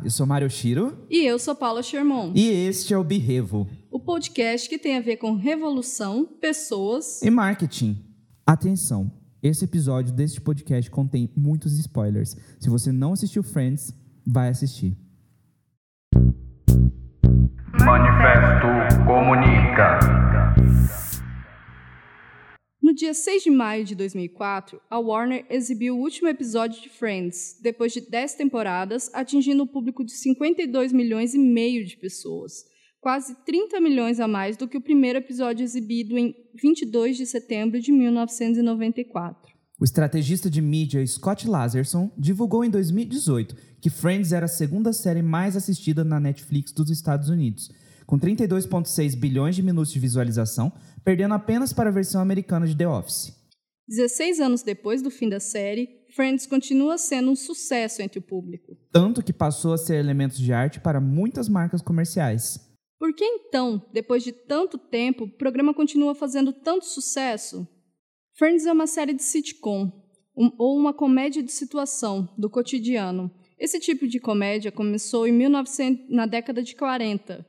eu sou Mário Shiro. E eu sou Paula Sherman. E este é o Birrevo, o podcast que tem a ver com revolução, pessoas e marketing. Atenção, esse episódio deste podcast contém muitos spoilers. Se você não assistiu Friends, vai assistir. Manifesto Comunica. No dia 6 de maio de 2004, a Warner exibiu o último episódio de Friends, depois de 10 temporadas, atingindo o público de 52 milhões e meio de pessoas, quase 30 milhões a mais do que o primeiro episódio exibido em 22 de setembro de 1994. O estrategista de mídia Scott Lazarson divulgou em 2018 que Friends era a segunda série mais assistida na Netflix dos Estados Unidos, com 32,6 bilhões de minutos de visualização, perdendo apenas para a versão americana de The Office. 16 anos depois do fim da série, Friends continua sendo um sucesso entre o público. Tanto que passou a ser elemento de arte para muitas marcas comerciais. Por que então, depois de tanto tempo, o programa continua fazendo tanto sucesso? Friends é uma série de sitcom, ou uma comédia de situação, do cotidiano. Esse tipo de comédia começou na década de 40,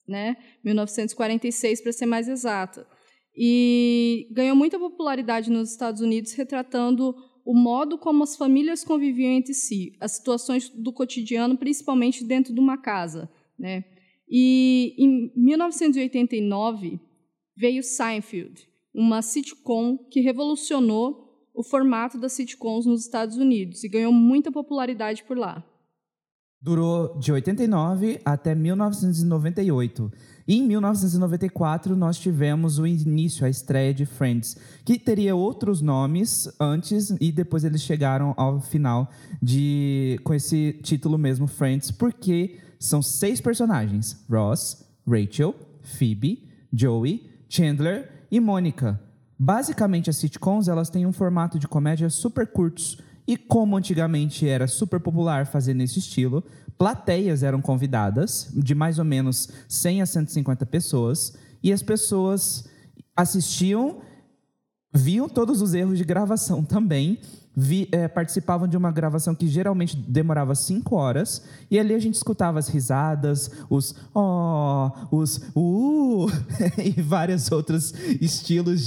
1946 para ser mais exata, e ganhou muita popularidade nos Estados Unidos, retratando o modo como as famílias conviviam entre si, as situações do cotidiano, principalmente dentro de uma casa, né? E em 1989 veio Seinfeld, uma sitcom que revolucionou o formato das sitcoms nos Estados Unidos e ganhou muita popularidade por lá. Durou de 89 até 1998. E em 1994 nós tivemos o início, a estreia de Friends, que teria outros nomes antes e depois eles chegaram ao final com esse título mesmo, Friends, porque são 6 personagens: Ross, Rachel, Phoebe, Joey, Chandler e Mônica. Basicamente, as sitcoms elas têm um formato de comédia super curtos. E como antigamente era super popular fazer nesse estilo, plateias eram convidadas, de mais ou menos 100 a 150 pessoas, e as pessoas assistiam, viam todos os erros de gravação também, participavam de uma gravação que geralmente demorava 5 horas, e ali a gente escutava as risadas, e vários outros estilos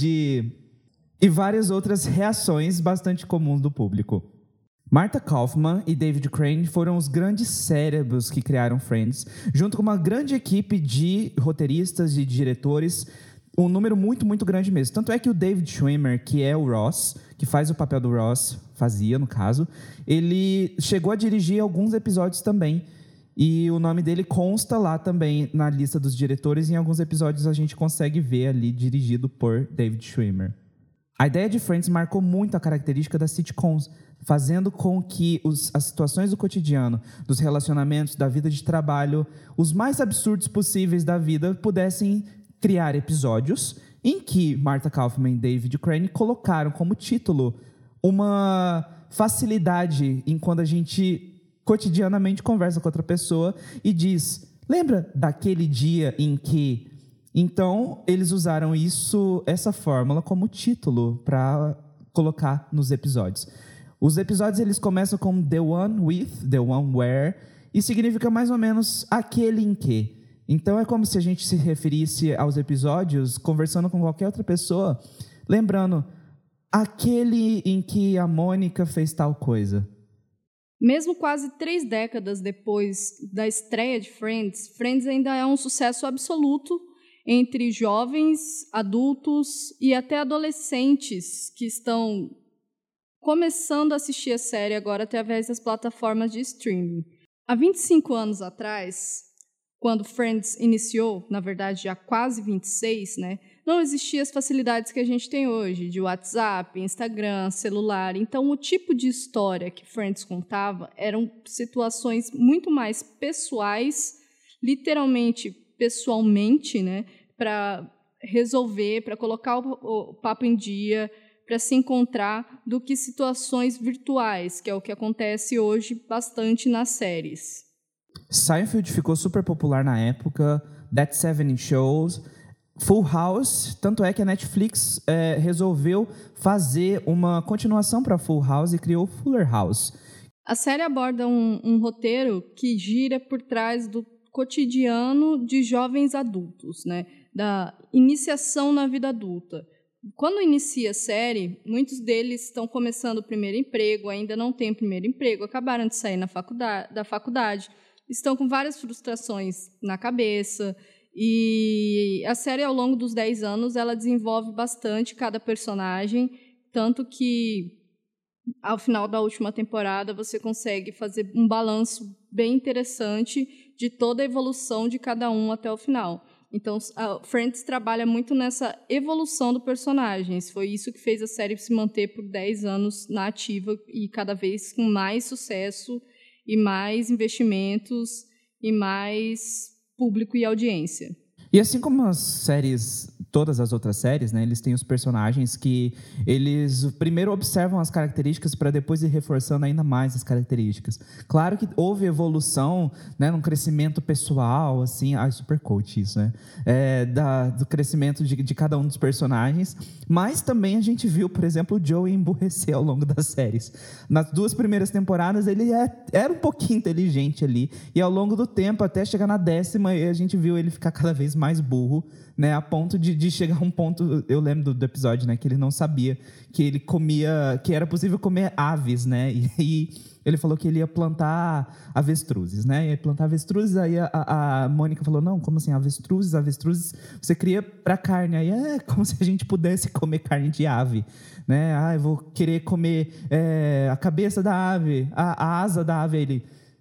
e várias outras reações bastante comuns do público. Martha Kauffman e David Crane foram os grandes cérebros que criaram Friends, junto com uma grande equipe de roteiristas e diretores, um número muito, muito grande mesmo. Tanto é que o David Schwimmer, que é o Ross, que faz o papel do Ross, fazia no caso, ele chegou a dirigir alguns episódios também, e o nome dele consta lá também na lista dos diretores, e em alguns episódios a gente consegue ver ali dirigido por David Schwimmer. A ideia de Friends marcou muito a característica das sitcoms, fazendo com que as situações do cotidiano, dos relacionamentos, da vida de trabalho, os mais absurdos possíveis da vida, pudessem criar episódios em que Martha Kauffman e David Crane colocaram como título uma facilidade em quando a gente cotidianamente conversa com outra pessoa e diz: lembra daquele dia em que... Então, eles usaram essa fórmula como título para colocar nos episódios. Os episódios eles começam com The One With, The One Where, e significa mais ou menos aquele em que. Então, é como se a gente se referisse aos episódios conversando com qualquer outra pessoa, lembrando aquele em que a Mônica fez tal coisa. Mesmo quase 3 décadas depois da estreia de Friends, Friends ainda é um sucesso absoluto entre jovens, adultos e até adolescentes que estão começando a assistir a série agora através das plataformas de streaming. Há 25 anos atrás, quando Friends iniciou, na verdade já quase 26, não existiam as facilidades que a gente tem hoje, de WhatsApp, Instagram, celular. Então, o tipo de história que Friends contava eram situações muito mais pessoais, literalmente pessoalmente, para resolver, para colocar o papo em dia, para se encontrar, do que situações virtuais, que é o que acontece hoje bastante nas séries. Seinfeld ficou super popular na época, That 70 Shows, Full House, tanto é que a Netflix resolveu fazer uma continuação para Full House e criou Fuller House. A série aborda um roteiro que gira por trás do cotidiano de jovens adultos, né? Da iniciação na vida adulta. Quando inicia a série, muitos deles estão começando o primeiro emprego, ainda não têm o primeiro emprego, acabaram de sair da faculdade, estão com várias frustrações na cabeça. E a série, ao longo dos 10 anos, ela desenvolve bastante cada personagem, tanto que, ao final da última temporada, você consegue fazer um balanço bem interessante de toda a evolução de cada um até o final. Então, a Friends trabalha muito nessa evolução do personagem. Foi isso que fez a série se manter por 10 anos na ativa e cada vez com mais sucesso e mais investimentos e mais público e audiência. E assim como as séries, todas as outras séries, né, eles têm os personagens que eles primeiro observam as características para depois ir reforçando ainda mais as características. Claro que houve evolução, né, num crescimento pessoal, assim, super coach isso, né, do crescimento de cada um dos personagens, mas também a gente viu, por exemplo, o Joey emburrecer ao longo das séries. Nas 2 primeiras temporadas ele era um pouquinho inteligente ali, e ao longo do tempo, até chegar na 10ª, a gente viu ele ficar cada vez mais burro, né, a ponto de chegar a um ponto, eu lembro do episódio, né, que ele não sabia que ele comia, que era possível comer aves, né, e ele falou que ele ia plantar avestruzes, né, ia plantar avestruzes, aí a Mônica falou, não, como assim, avestruzes, você cria para carne, aí como se a gente pudesse comer carne de ave, né, eu vou querer comer a cabeça da ave, a asa da ave, aí ele,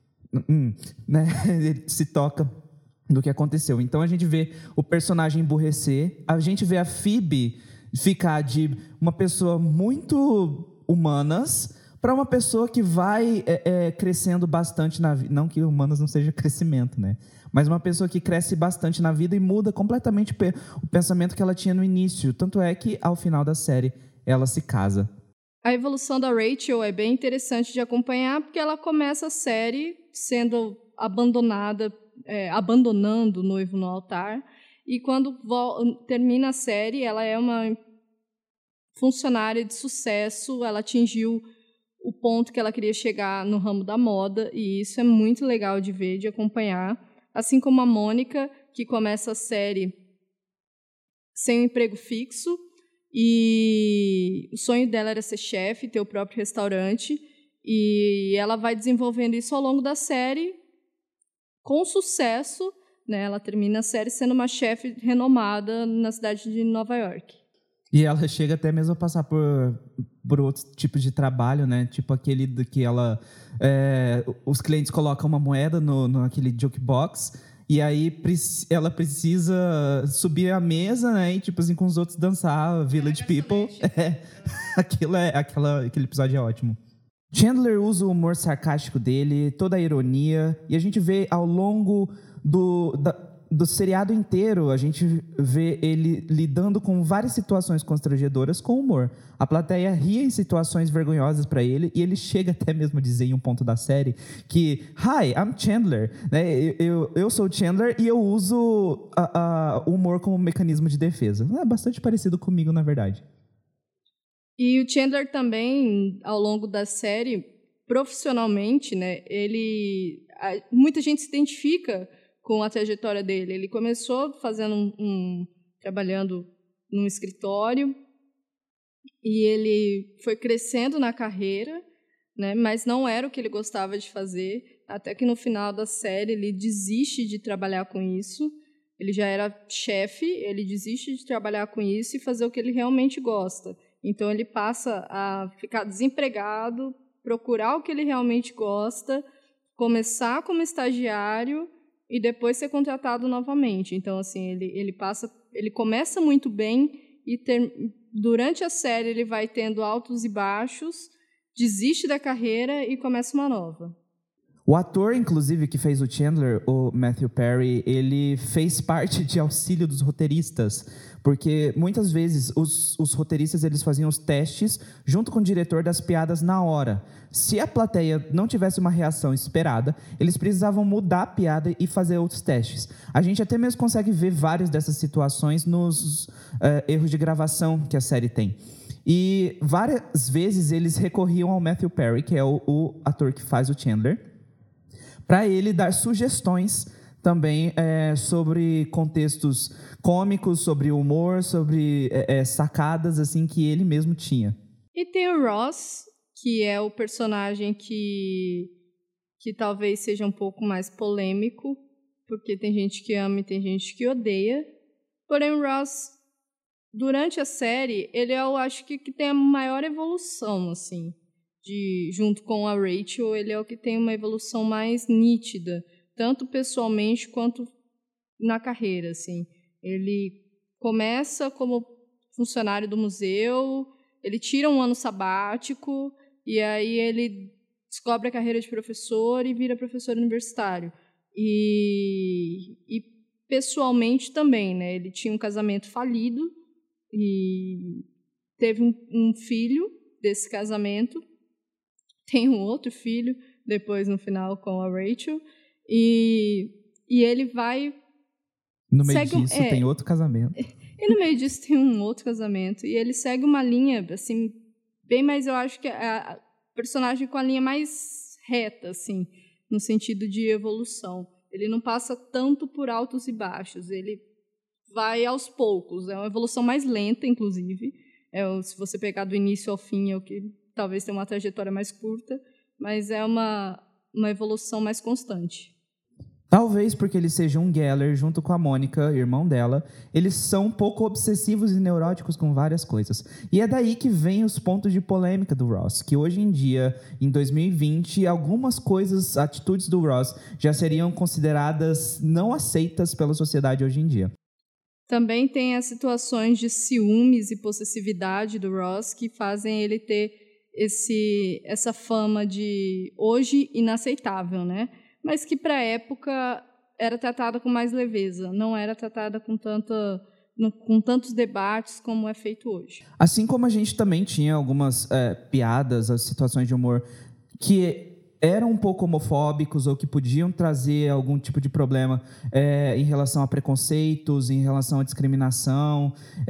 né, ele se toca do que aconteceu. Então a gente vê o personagem emburrecer, a gente vê a Phoebe ficar de uma pessoa muito humanas para uma pessoa que vai crescendo bastante na vida. Não que humanas não seja crescimento, né? Mas uma pessoa que cresce bastante na vida e muda completamente o pensamento que ela tinha no início. Tanto é que, ao final da série, ela se casa. A evolução da Rachel é bem interessante de acompanhar, porque ela começa a série sendo abandonando o noivo no altar, e quando termina a série, ela é uma funcionária de sucesso, ela atingiu o ponto que ela queria chegar no ramo da moda, e isso é muito legal de ver, de acompanhar. Assim como a Mônica, que começa a série sem um emprego fixo, e o sonho dela era ser chefe, ter o próprio restaurante, e ela vai desenvolvendo isso ao longo da série, com sucesso, né? Ela termina a série sendo uma chefe renomada na cidade de Nova York. E ela chega até mesmo a passar por outros tipos de trabalho, né? Tipo aquele do que ela... os clientes colocam uma moeda naquele jukebox, e aí ela precisa subir a mesa, né? E tipo assim, com os outros dançar, Village People. Aquele episódio é ótimo. Chandler usa o humor sarcástico dele, toda a ironia, e a gente vê ao longo do seriado inteiro, a gente vê ele lidando com várias situações constrangedoras com humor. A plateia ri em situações vergonhosas para ele, e ele chega até mesmo a dizer em um ponto da série que Hi, I'm Chandler, né? Eu sou Chandler e eu uso o humor como mecanismo de defesa. É bastante parecido comigo, na verdade. E o Chandler também, ao longo da série, profissionalmente, né, muita gente se identifica com a trajetória dele. Ele começou trabalhando num escritório, e ele foi crescendo na carreira, né, mas não era o que ele gostava de fazer, até que no final da série ele desiste de trabalhar com isso. Ele já era chefe, ele desiste de trabalhar com isso e fazer o que ele realmente gosta. Então, ele passa a ficar desempregado, procurar o que ele realmente gosta, começar como estagiário e depois ser contratado novamente. Então, assim, ele começa muito bem e durante a série ele vai tendo altos e baixos, desiste da carreira e começa uma nova. O ator, inclusive, que fez o Chandler, o Matthew Perry, ele fez parte de auxílio dos roteiristas, porque muitas vezes os roteiristas eles faziam os testes junto com o diretor das piadas na hora. Se a plateia não tivesse uma reação esperada, eles precisavam mudar a piada e fazer outros testes. A gente até mesmo consegue ver várias dessas situações nos erros de gravação que a série tem. E várias vezes eles recorriam ao Matthew Perry, que é o ator que faz o Chandler, para ele dar sugestões também sobre contextos cômicos, sobre humor, sobre sacadas assim que ele mesmo tinha. E tem o Ross, que é o personagem que talvez seja um pouco mais polêmico, porque tem gente que ama e tem gente que odeia. Porém, o Ross, durante a série, ele eu acho que tem a maior evolução, assim, junto com a Rachel, ele é o que tem uma evolução mais nítida, tanto pessoalmente quanto na carreira, assim. Ele começa como funcionário do museu, ele tira um ano sabático e aí ele descobre a carreira de professor e vira professor universitário. E pessoalmente também, né? Ele tinha um casamento falido e teve um filho desse casamento, tem um outro filho depois no final com a Rachel, e ele vai... No meio disso tem outro casamento. E no meio disso tem um outro casamento, e ele segue uma linha, assim, bem mais, eu acho que é a personagem com a linha mais reta, assim, no sentido de evolução. Ele não passa tanto por altos e baixos, ele vai aos poucos, é uma evolução mais lenta, inclusive. Se você pegar do início ao fim, é o que talvez tenha uma trajetória mais curta, mas é uma evolução mais constante. Talvez porque ele seja um Geller junto com a Mônica, irmão dela, eles são um pouco obsessivos e neuróticos com várias coisas. E é daí que vem os pontos de polêmica do Ross, que hoje em dia, em 2020, algumas coisas, atitudes do Ross já seriam consideradas não aceitas pela sociedade hoje em dia. Também tem as situações de ciúmes e possessividade do Ross que fazem ele ter essa fama de hoje inaceitável, né? Mas que para a época era tratada com mais leveza, não era tratada com tantos debates como é feito hoje. Assim como a gente também tinha algumas piadas, as situações de humor que eram um pouco homofóbicos ou que podiam trazer algum tipo de problema em relação a preconceitos, em relação à discriminação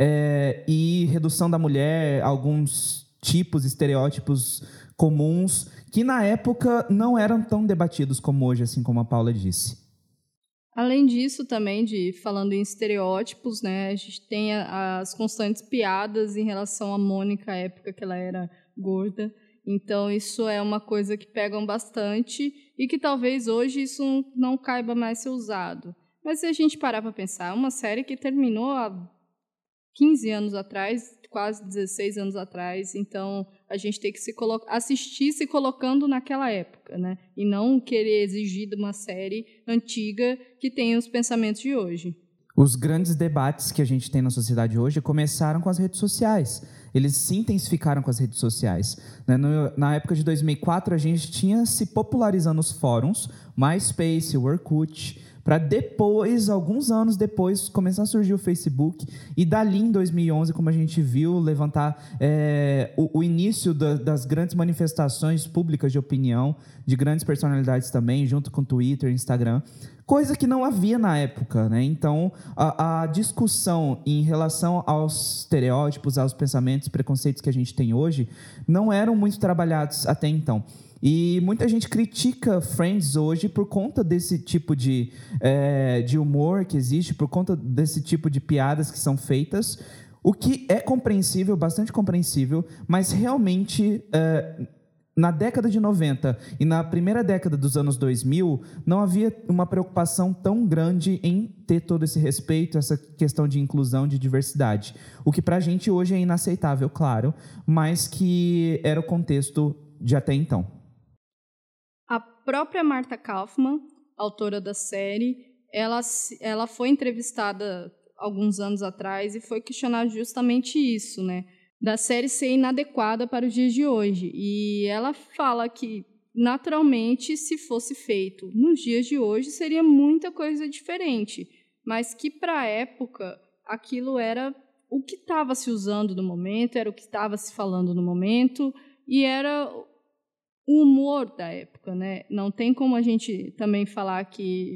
e redução da mulher, alguns tipos, estereótipos comuns que na época não eram tão debatidos como hoje, assim como a Paula disse. Além disso, também, falando em estereótipos, né, a gente tem as constantes piadas em relação à Mônica, a época que ela era gorda. Então, isso é uma coisa que pegam bastante e que talvez hoje isso não caiba mais ser usado. Mas se a gente parar para pensar, é uma série que terminou há 15 anos atrás, quase 16 anos atrás, então a gente tem que assistir se colocando naquela época, né? E não querer exigir de uma série antiga que tenha os pensamentos de hoje. Os grandes debates que a gente tem na sociedade hoje começaram com as redes sociais. Eles se intensificaram com as redes sociais. Na época de 2004, a gente tinha se popularizando os fóruns, MySpace, Orkut, para depois, alguns anos depois, começar a surgir o Facebook. E dali, em 2011, como a gente viu, levantar o início das grandes manifestações públicas de opinião, de grandes personalidades também, junto com Twitter, Instagram. Coisa que não havia na época, né? Então, a discussão em relação aos estereótipos, aos pensamentos, preconceitos que a gente tem hoje, não eram muito trabalhados até então. E muita gente critica Friends hoje por conta desse tipo de humor que existe, por conta desse tipo de piadas que são feitas, o que é compreensível, bastante compreensível, mas realmente... na década de 90 e na primeira década dos anos 2000, não havia uma preocupação tão grande em ter todo esse respeito, essa questão de inclusão, de diversidade. O que para a gente hoje é inaceitável, claro, mas que era o contexto de até então. A própria Martha Kaufman, autora da série, ela foi entrevistada alguns anos atrás e foi questionar justamente isso, né? Da série ser inadequada para os dias de hoje. E ela fala que, naturalmente, se fosse feito nos dias de hoje, seria muita coisa diferente. Mas que, para a época, aquilo era o que estava se usando no momento, era o que estava se falando no momento, e era o humor da época, né? Não tem como a gente também falar que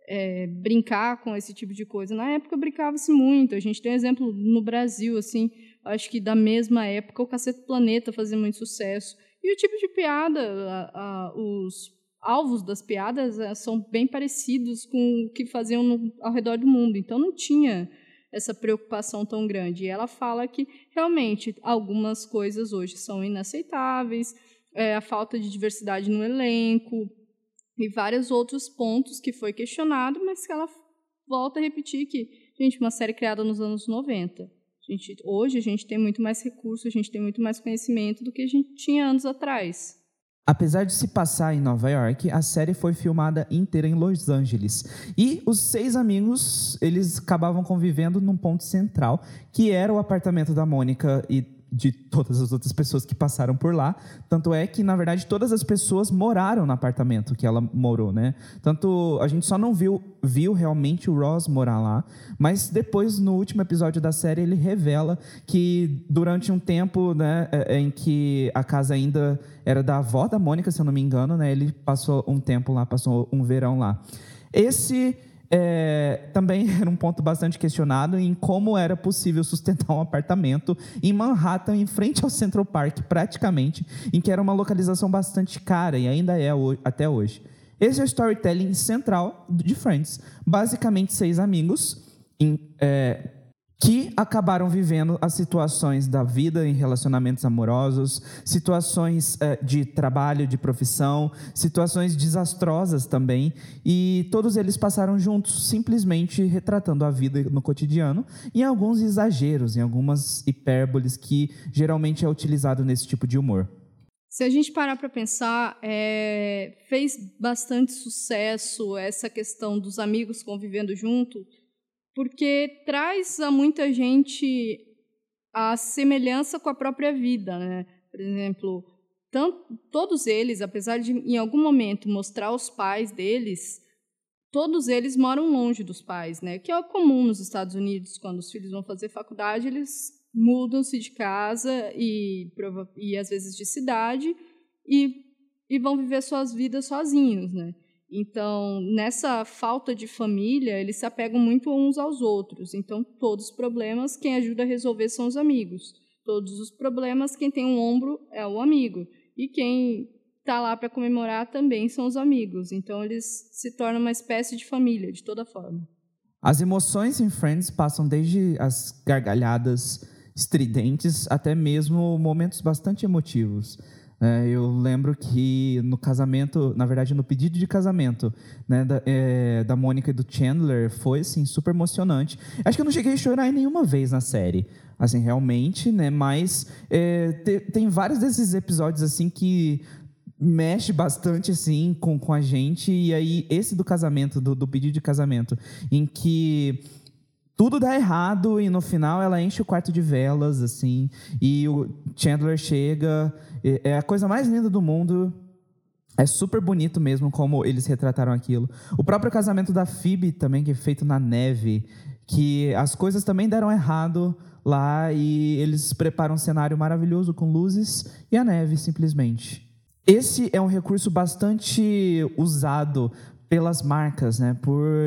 brincar com esse tipo de coisa. Na época brincava-se muito. A gente tem um exemplo no Brasil, assim, acho que da mesma época o Cacete do Planeta fazia muito sucesso. E o tipo de piada, os alvos das piadas são bem parecidos com o que faziam ao redor do mundo. Então não tinha essa preocupação tão grande. E ela fala que realmente algumas coisas hoje são inaceitáveis, a falta de diversidade no elenco e vários outros pontos que foi questionado, mas que ela volta a repetir que, gente, uma série criada nos anos 90. Hoje a gente tem muito mais recursos, a gente tem muito mais conhecimento do que a gente tinha anos atrás. Apesar de se passar em Nova York, a série foi filmada inteira em Los Angeles. E os 6 amigos, eles acabavam convivendo num ponto central, que era o apartamento da Mônica e de todas as outras pessoas que passaram por lá. Tanto é que, na verdade, todas as pessoas moraram no apartamento que ela morou, né? Tanto a gente só não viu realmente o Ross morar lá, mas depois, no último episódio da série, ele revela que durante um tempo, né, em que a casa ainda era da avó da Mônica, se eu não me engano, né, ele passou um tempo lá, passou um verão lá. Esse também era um ponto bastante questionado em como era possível sustentar um apartamento em Manhattan, em frente ao Central Park, praticamente, em que era uma localização bastante cara e ainda é até hoje. Esse é o storytelling central de Friends. Basicamente, 6 amigos que acabaram vivendo as situações da vida em relacionamentos amorosos, situações de trabalho, de profissão, situações desastrosas também, e todos eles passaram juntos, simplesmente retratando a vida no cotidiano, em alguns exageros, em algumas hipérboles que geralmente é utilizado nesse tipo de humor. Se a gente parar para pensar, fez bastante sucesso essa questão dos amigos convivendo junto, porque traz a muita gente a semelhança com a própria vida, né? Por exemplo, todos eles, apesar de em algum momento mostrar os pais deles, todos eles moram longe dos pais, né? Que é comum nos Estados Unidos, quando os filhos vão fazer faculdade, eles mudam-se de casa e às vezes de cidade e vão viver suas vidas sozinhos, né? Então, nessa falta de família, eles se apegam muito uns aos outros. Então, todos os problemas, quem ajuda a resolver são os amigos. Todos os problemas, quem tem um ombro é o amigo. E quem está lá para comemorar também são os amigos. Então, eles se tornam uma espécie de família, de toda forma. As emoções em Friends passam desde as gargalhadas estridentes até mesmo momentos bastante emotivos. Eu lembro que no casamento, na verdade no pedido de casamento, né, da Mônica e do Chandler, foi assim, super emocionante. Acho que eu não cheguei a chorar nenhuma vez na série, assim, realmente, né, mas tem vários desses episódios assim que mexe bastante assim com a gente. E aí esse do casamento, do pedido de casamento, em que tudo dá errado e no final ela enche o quarto de velas, assim, e o Chandler chega, é a coisa mais linda do mundo. É super bonito mesmo como eles retrataram aquilo. O próprio casamento da Phoebe também, que é feito na neve, que as coisas também deram errado lá e eles preparam um cenário maravilhoso com luzes e a neve, simplesmente. Esse é um recurso bastante usado pelas marcas, né,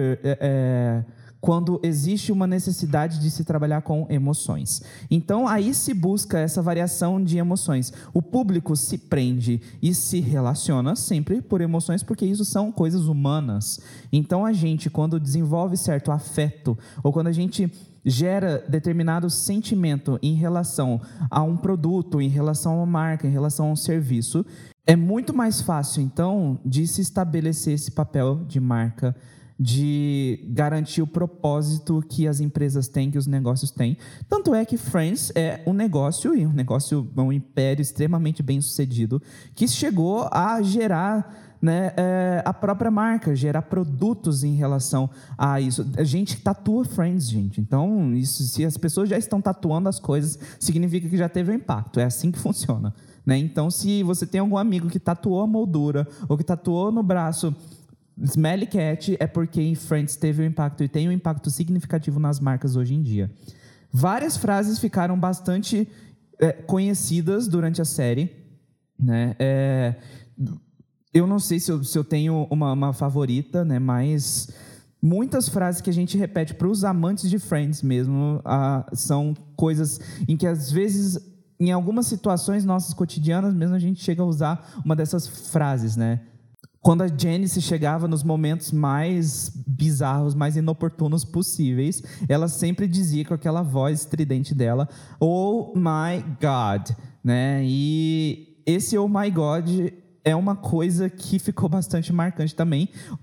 quando existe uma necessidade de se trabalhar com emoções. Então, aí se busca essa variação de emoções. O público se prende e se relaciona sempre por emoções, porque isso são coisas humanas. Então, a gente, quando desenvolve certo afeto, ou quando a gente gera determinado sentimento em relação a um produto, em relação a uma marca, em relação a um serviço, é muito mais fácil, então, de se estabelecer esse papel de marca, de garantir o propósito que as empresas têm, que os negócios têm. Tanto é que Friends é um negócio, e um império extremamente bem sucedido, que chegou a gerar, né, a própria marca, gerar produtos em relação a isso. A gente tatua Friends, gente. Então, isso, se as pessoas já estão tatuando as coisas, significa que já teve um impacto. É assim que funciona, né? Então, se você tem algum amigo que tatuou a moldura ou que tatuou no braço Smelly Cat, é porque em Friends teve um impacto e tem um impacto significativo nas marcas hoje em dia. Várias frases ficaram bastante conhecidas durante a série, né? Eu não sei se eu tenho uma favorita, né? Mas Muitas frases que a gente repete para os amantes de Friends mesmo são coisas em que, às vezes, em algumas situações nossas cotidianas mesmo, a gente chega a usar uma dessas frases, né? Quando a Janice chegava nos momentos mais bizarros, mais inoportunos possíveis, ela sempre dizia com aquela voz estridente dela, "Oh my God", né? E esse "Oh my God" é uma coisa que ficou bastante marcante também.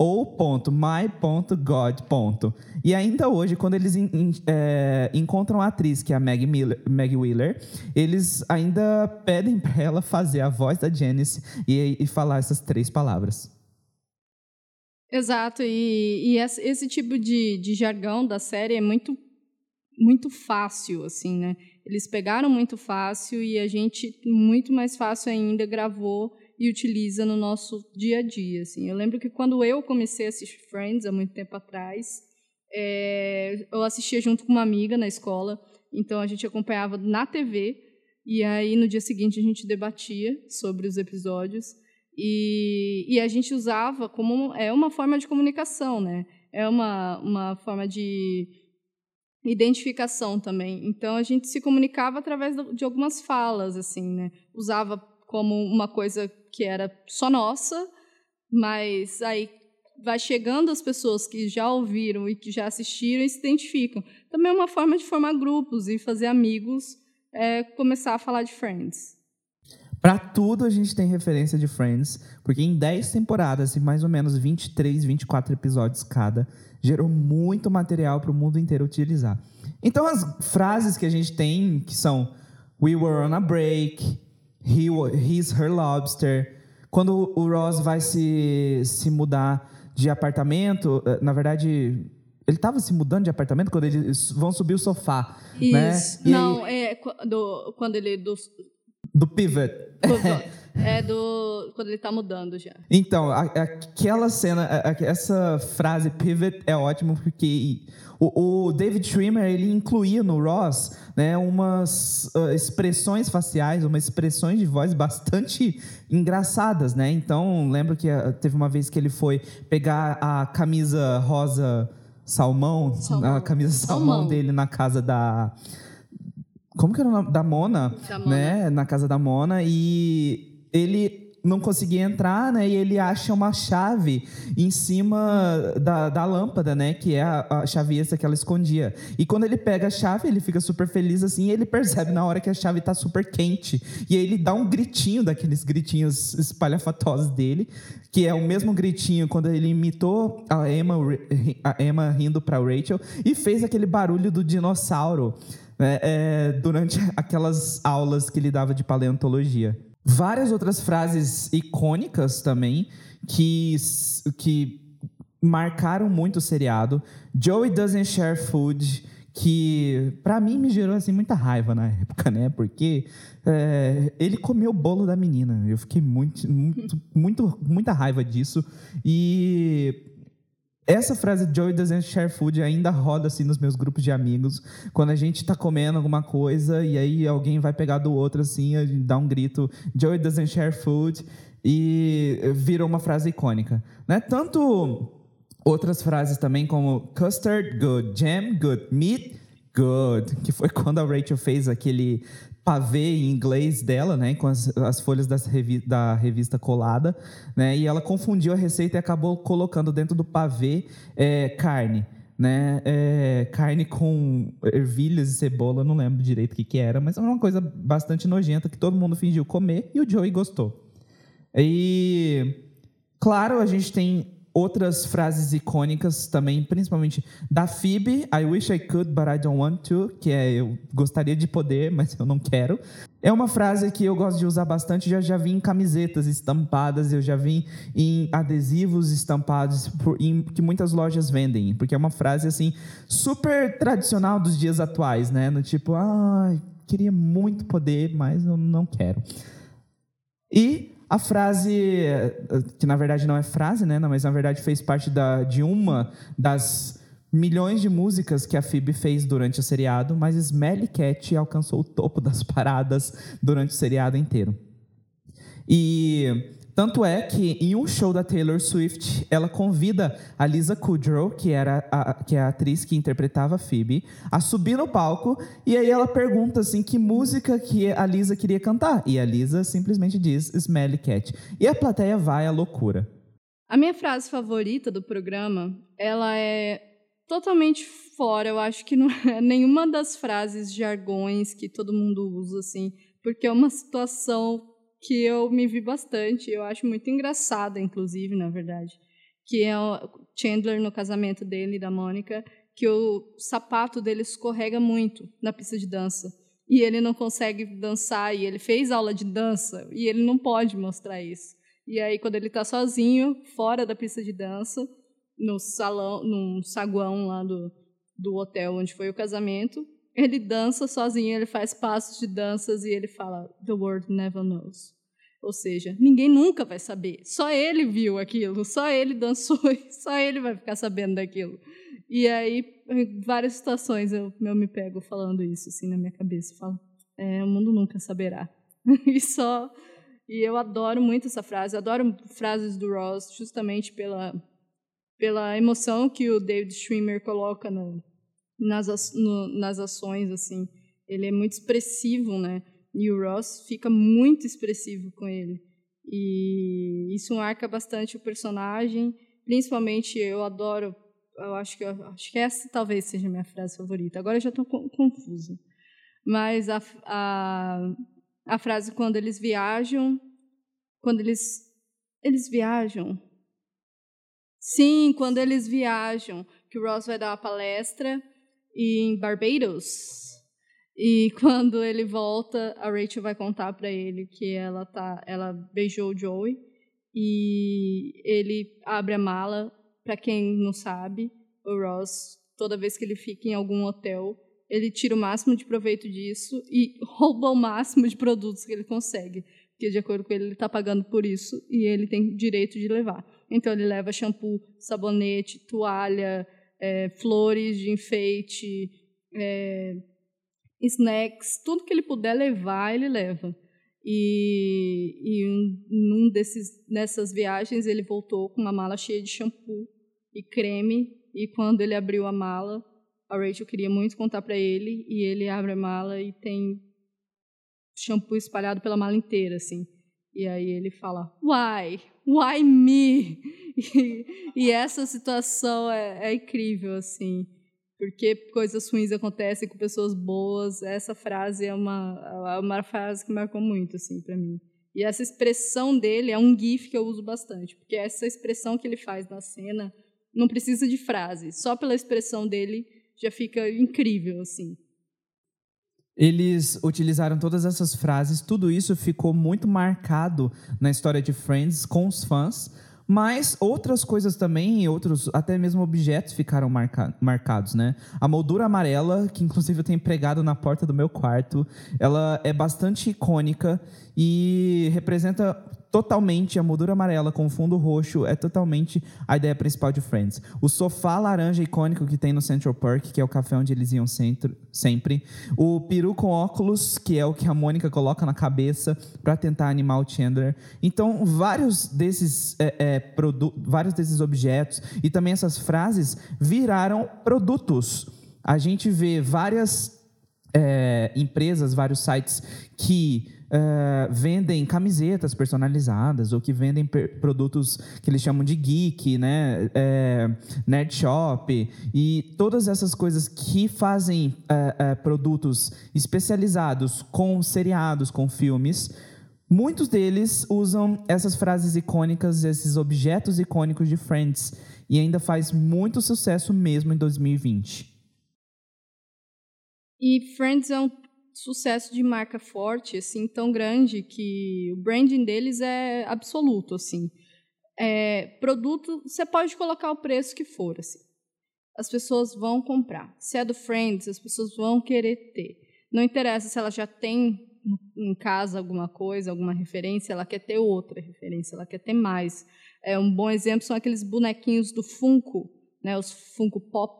My.God. E ainda hoje, quando eles encontram a atriz, que é a Maggie Wheeler, eles ainda pedem para ela fazer a voz da Janice e falar essas 3 palavras. Exato, e esse tipo de jargão da série é muito, muito fácil, assim, né? Eles pegaram muito fácil e a gente, muito mais fácil ainda, gravou e utiliza no nosso dia a dia, assim. Eu lembro que quando eu comecei a assistir Friends, há muito tempo atrás, eu assistia junto com uma amiga na escola, então a gente acompanhava na TV, e aí no dia seguinte a gente debatia sobre os episódios, e a gente usava como uma forma de comunicação, né? É uma forma de identificação também. Então a gente se comunicava através de algumas falas, assim, né? Usava como uma coisa que era só nossa, mas aí vai chegando as pessoas que já ouviram e que já assistiram e se identificam. Também é uma forma de formar grupos e fazer amigos, começar a falar de Friends. Para tudo a gente tem referência de Friends, porque em 10 temporadas e mais ou menos 23, 24 episódios cada, gerou muito material para o mundo inteiro utilizar. Então as frases que a gente tem, que são "We were on a break", "He's her lobster", quando o Ross vai se mudar de apartamento, na verdade, ele estava se mudando de apartamento quando eles vão subir o sofá, Isso. né? Não, quando ele... Do pivot. Quando ele está mudando já. Então, aquela cena, essa frase pivot é ótimo porque o David Schwimmer, ele incluía no Ross, né, umas expressões faciais, umas expressões de voz bastante engraçadas, né? Então, lembro que teve uma vez que ele foi pegar a camisa rosa salmão. A camisa salmão dele na casa da... Como que era o nome? Da Mona, né? Na casa da Mona. E ele não conseguia entrar, né? E ele acha uma chave em cima da lâmpada, né? Que é a chave extra que ela escondia. E quando ele pega a chave, ele fica super feliz assim. E ele percebe na hora que a chave tá super quente. E aí ele dá um gritinho, daqueles gritinhos espalhafatosos dele, que é o mesmo gritinho quando ele imitou a Emma rindo pra Rachel. E fez aquele barulho do dinossauro, durante aquelas aulas que ele dava de paleontologia. Várias outras frases icônicas também que marcaram muito o seriado. "Joey doesn't share food", que pra mim me gerou assim muita raiva na época, né? Porque ele comeu o bolo da menina. Eu fiquei muita raiva disso. E essa frase "Joey doesn't share food" ainda roda assim nos meus grupos de amigos. Quando a gente tá comendo alguma coisa e aí alguém vai pegar do outro assim, a gente dá um grito "Joey doesn't share food" e vira uma frase icônica, né? Tanto outras frases também como "Custard, good", "Jam, good", "Meat, good", que foi quando a Rachel fez aquele pavê em inglês dela, né, com as folhas da revista colada, né, e ela confundiu a receita e acabou colocando dentro do pavê carne, né, carne com ervilhas e cebola, não lembro direito o que era, mas era uma coisa bastante nojenta que todo mundo fingiu comer e o Joey gostou. E, claro, a gente tem outras frases icônicas também, principalmente da Phoebe, "I wish I could, but I don't want to", que é "eu gostaria de poder, mas eu não quero". É uma frase que eu gosto de usar bastante, já vi em camisetas estampadas, eu já vi em adesivos estampados que muitas lojas vendem, porque é uma frase assim super tradicional dos dias atuais, né? No tipo, queria muito poder, mas eu não quero. E a frase, que na verdade não é frase, né? Mas na verdade fez parte de uma das milhões de músicas que a Phoebe fez durante o seriado, mas "Smelly Cat" alcançou o topo das paradas durante o seriado inteiro. E Tanto é que em um show da Taylor Swift, ela convida a Lisa Kudrow, que é a atriz que interpretava a Phoebe, a subir no palco, e aí ela pergunta assim que música que a Lisa queria cantar. E a Lisa simplesmente diz Smelly Cat. E a plateia vai à loucura. A minha frase favorita do programa, ela é totalmente fora. Eu acho que não é nenhuma das frases jargões que todo mundo usa, assim, porque é uma situação que eu me vi bastante. Eu acho muito engraçada, inclusive, na verdade, que é o Chandler no casamento dele e da Mônica, que o sapato dele escorrega muito na pista de dança. E ele não consegue dançar, e ele fez aula de dança, e ele não pode mostrar isso. E aí, quando ele está sozinho, fora da pista de dança, no salão, num saguão lá do hotel onde foi o casamento, ele dança sozinho, ele faz passos de danças e ele fala, "The world never knows." Ou seja, ninguém nunca vai saber. Só ele viu aquilo, só ele dançou e só ele vai ficar sabendo daquilo. E aí, em várias situações, eu me pego falando isso assim na minha cabeça. Falo, o mundo nunca saberá. E eu adoro muito essa frase. Adoro frases do Ross justamente pela emoção que o David Schwimmer coloca nas ações. Assim. Ele é muito expressivo, né? E o Ross fica muito expressivo com ele. E isso marca bastante o personagem. Principalmente, eu acho que essa talvez seja a minha frase favorita. Agora eu já estou confusa. Mas a frase quando eles viajam... Quando eles viajam... Sim, quando eles viajam. Que o Ross vai dar uma palestra em Barbados... E quando ele volta, a Rachel vai contar para ele que ela beijou o Joey e ele abre a mala. Para quem não sabe, o Ross, toda vez que ele fica em algum hotel, ele tira o máximo de proveito disso e rouba o máximo de produtos que ele consegue, porque de acordo com ele está pagando por isso e ele tem direito de levar. Então ele leva shampoo, sabonete, toalha, flores de enfeite, snacks, tudo que ele puder levar, ele leva. E nessas viagens, ele voltou com uma mala cheia de shampoo e creme, e quando ele abriu a mala, a Rachel queria muito contar para ele, e ele abre a mala e tem shampoo espalhado pela mala inteira, assim. E aí ele fala, why? Why me? E essa situação é incrível, assim. Porque coisas ruins acontecem com pessoas boas. Essa frase é uma frase que marcou muito, assim, para mim. E essa expressão dele é um gif que eu uso bastante, porque essa expressão que ele faz na cena não precisa de frase. Só pela expressão dele já fica incrível, assim. Eles utilizaram todas essas frases, tudo isso ficou muito marcado na história de Friends com os fãs, mas outras coisas também, outros até mesmo objetos ficaram marcados, né? A moldura amarela, que inclusive eu tenho pregado na porta do meu quarto, ela é bastante icônica e representa totalmente a moldura amarela com fundo roxo, é totalmente a ideia principal de Friends. O sofá laranja icônico que tem no Central Park, que é o café onde eles iam sempre. O peru com óculos, que é o que a Mônica coloca na cabeça para tentar animar o Chandler. Então, vários desses objetos e também essas frases viraram produtos. A gente vê várias empresas, vários sites que vendem camisetas personalizadas ou que vendem produtos que eles chamam de geek, né? Nerd Shop e todas essas coisas que fazem produtos especializados com seriados, com filmes. Muitos deles usam essas frases icônicas, esses objetos icônicos de Friends e ainda faz muito sucesso mesmo em 2020. E Friends é um sucesso de marca forte, assim, tão grande que o branding deles é absoluto, assim. Produto, você pode colocar o preço que for, assim. As pessoas vão comprar. Se é do Friends, as pessoas vão querer ter. Não interessa se ela já tem em casa alguma coisa, alguma referência, ela quer ter outra referência, ela quer ter mais. Um bom exemplo são aqueles bonequinhos do Funko, né, os Funko Pop.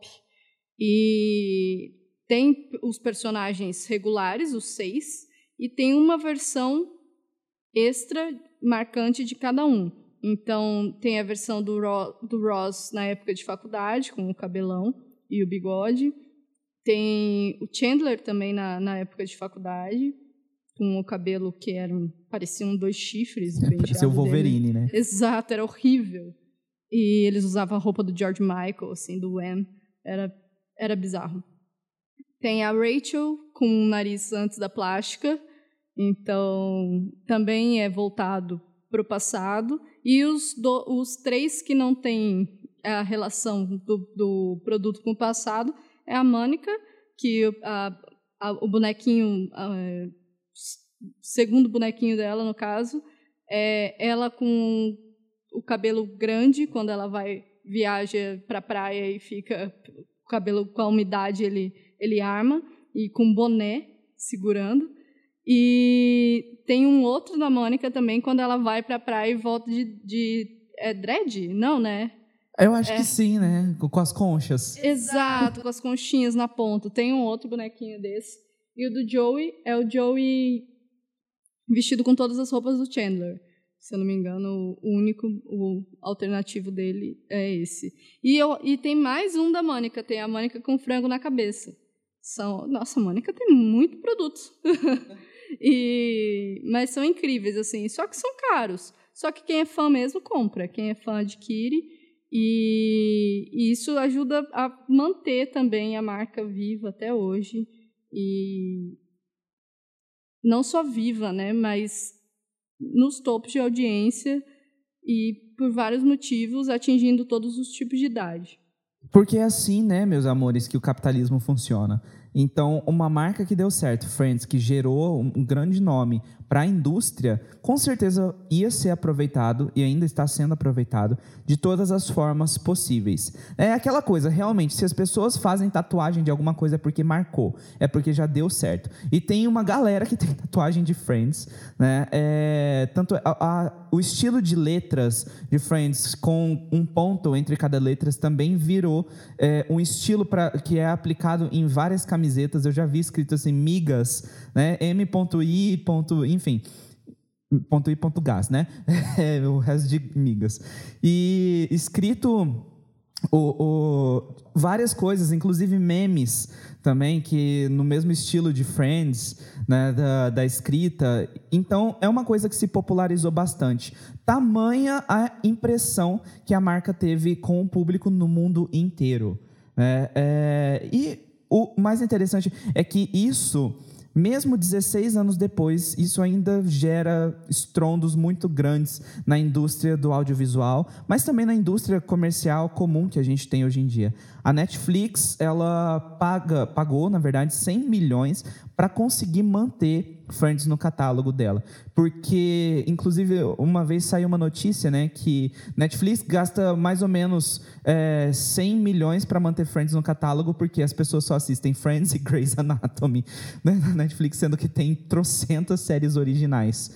E tem os personagens regulares, os 6, e tem uma versão extra marcante de cada um. Então, tem a versão do Ross na época de faculdade, com o cabelão e o bigode. Tem o Chandler também na época de faculdade, com o cabelo que pareciam 2 chifres. Parecia o Wolverine, dele. Né? Exato, era horrível. E eles usavam a roupa do George Michael, assim, do Wham. Era bizarro. Tem a Rachel com o nariz antes da plástica, então também é voltado para o passado. E os 3 que não têm a relação do produto com o passado é a Mônica, que o bonequinho, segundo bonequinho dela, no caso, é ela com o cabelo grande, quando ela viaja para a praia e fica o cabelo com a umidade, ele arma, e com boné segurando. E tem um outro da Mônica também, quando ela vai para a praia e volta de dread? Não, né? Eu acho que sim, né? Com as conchas. Exato, com as conchinhas na ponta. Tem um outro bonequinho desse. E o do Joey é o Joey vestido com todas as roupas do Chandler. Se eu não me engano, o alternativo dele é esse. E tem mais um da Mônica. Tem a Mônica com frango na cabeça. Nossa, a Mônica tem muito produto. Mas são incríveis, assim. Só que são caros. Só que quem é fã mesmo compra. Quem é fã adquire. E isso ajuda a manter também a marca viva até hoje. E não só viva, né, mas nos topos de audiência e por vários motivos, atingindo todos os tipos de idade. Porque é assim, né, meus amores, que o capitalismo funciona. Então, uma marca que deu certo, Friends, que gerou um grande nome para a indústria, com certeza ia ser aproveitado e ainda está sendo aproveitado de todas as formas possíveis. É aquela coisa, realmente, se as pessoas fazem tatuagem de alguma coisa é porque marcou, é porque já deu certo. E tem uma galera que tem tatuagem de Friends, né? Tanto o estilo de letras de Friends, com um ponto entre cada letra, também virou um estilo que é aplicado em várias camisetas. Eu já vi escrito assim, migas, né? M.I. Enfim, ponto I, ponto gas, né? O resto de migas. E escrito várias coisas, inclusive memes também, que no mesmo estilo de Friends, né, da escrita. Então, é uma coisa que se popularizou bastante. Tamanha a impressão que a marca teve com o público no mundo inteiro. E o mais interessante é que isso, mesmo 16 anos depois, isso ainda gera estrondos muito grandes na indústria do audiovisual, mas também na indústria comercial comum que a gente tem hoje em dia. A Netflix, ela pagou, na verdade, 100 milhões para conseguir manter Friends no catálogo dela. Porque, inclusive, uma vez saiu uma notícia, né, que Netflix gasta mais ou menos 100 milhões para manter Friends no catálogo, porque as pessoas só assistem Friends e Grey's Anatomy, né, na Netflix, sendo que tem trocentas séries originais.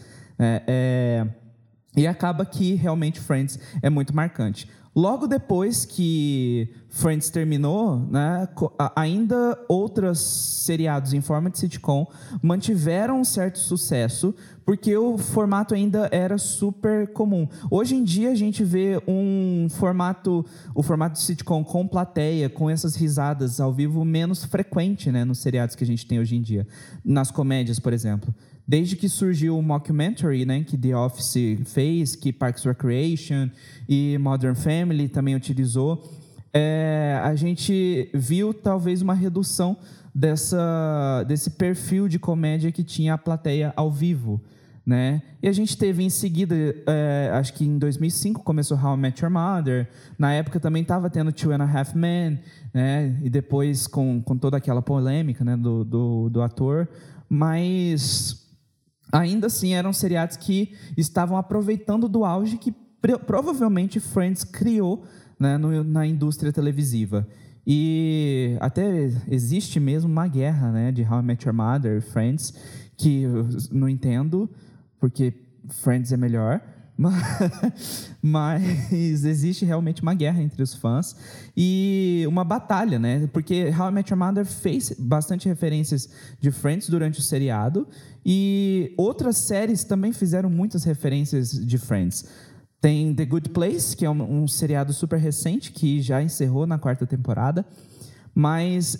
E acaba que, realmente, Friends é muito marcante. Logo depois que Friends terminou, né, ainda outros seriados em forma de sitcom mantiveram um certo sucesso, porque o formato ainda era super comum. Hoje em dia a gente vê o formato de sitcom com plateia, com essas risadas ao vivo, menos frequente, né, nos seriados que a gente tem hoje em dia. Nas comédias, por exemplo. Desde que surgiu o mockumentary, né, que The Office fez, que Parks and Recreation e Modern Family também utilizou, a gente viu talvez uma redução desse perfil de comédia que tinha a plateia ao vivo, né? E a gente teve em seguida, acho que em 2005 começou How I Met Your Mother. Na época também estava tendo Two and a Half Men, né? E depois com toda aquela polêmica, né, do ator, mas ainda assim eram seriados que estavam aproveitando do auge que provavelmente Friends criou, né, na indústria televisiva. E até existe mesmo uma guerra, né, de How I Met Your Mother e Friends, que eu não entendo, porque Friends é melhor, Mas existe realmente uma guerra entre os fãs e uma batalha, né? Porque How I Met Your Mother fez bastante referências de Friends durante o seriado e outras séries também fizeram muitas referências de Friends. Tem The Good Place, que é um seriado super recente que já encerrou na 4ª temporada, mas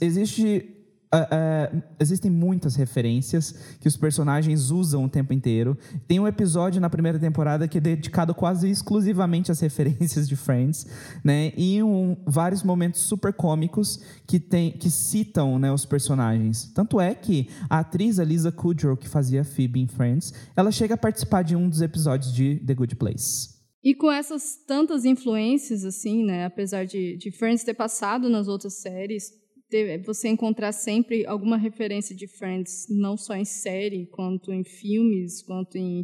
existem muitas referências que os personagens usam o tempo inteiro. Tem um episódio na 1ª temporada que é dedicado quase exclusivamente às referências de Friends, né? E vários momentos super cômicos que citam, né, os personagens. Tanto é que a atriz Lisa Kudrow, que fazia Phoebe em Friends, ela chega a participar de um dos episódios de The Good Place. E com essas tantas influências, assim, né? Apesar de Friends ter passado nas outras séries, você encontrar sempre alguma referência de Friends, não só em série, quanto em filmes, quanto em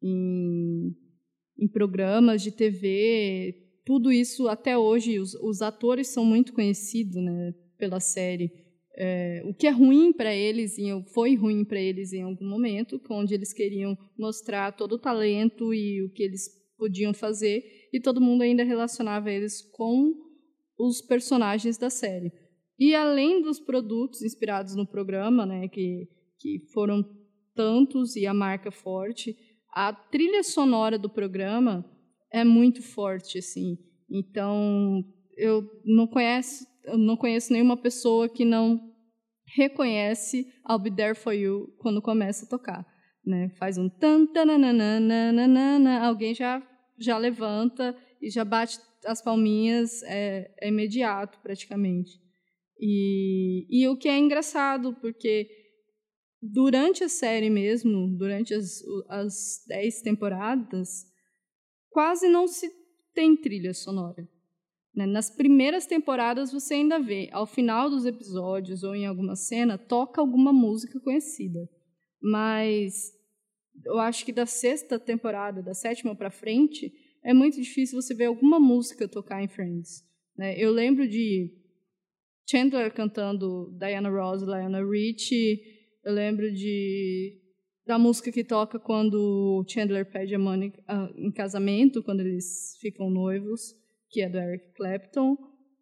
programas de TV. Tudo isso, até hoje, os atores são muito conhecidos, né, pela série. O que é ruim para eles, foi ruim para eles em algum momento, onde eles queriam mostrar todo o talento e o que eles podiam fazer, e todo mundo ainda relacionava eles com os personagens da série. E além dos produtos inspirados no programa, né, que foram tantos e a marca forte, a trilha sonora do programa é muito forte, assim. Então, eu não conheço nenhuma pessoa que não reconhece I'll Be There For You quando começa a tocar, né? Faz um tan tananana, alguém já levanta e já bate as palminhas, é imediato praticamente. E o que é engraçado, porque durante a série mesmo, durante as 10 temporadas, quase não se tem trilha sonora, né? Nas primeiras temporadas você ainda vê, ao final dos episódios ou em alguma cena, toca alguma música conhecida. Mas eu acho que da 6ª temporada, da 7ª para frente, é muito difícil você ver alguma música tocar em Friends, né? Eu lembro de Chandler cantando Diana Ross, Lionel Richie. Eu lembro da música que toca quando Chandler pede a Monica em casamento, quando eles ficam noivos, que é do Eric Clapton.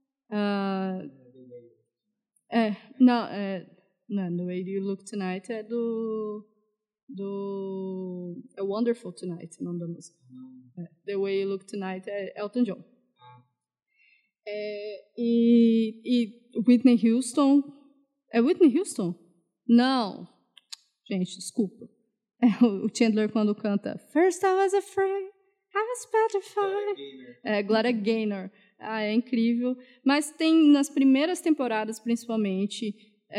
Não, The Way You Look Tonight é do Wonderful Tonight, o nome da música. The Way You Look Tonight é Elton John. E Whitney Houston. É Whitney Houston? Não. Gente, desculpa. O Chandler quando canta First I was afraid, I was petrified. Gloria Gaynor. É incrível. Mas tem, nas primeiras temporadas, principalmente,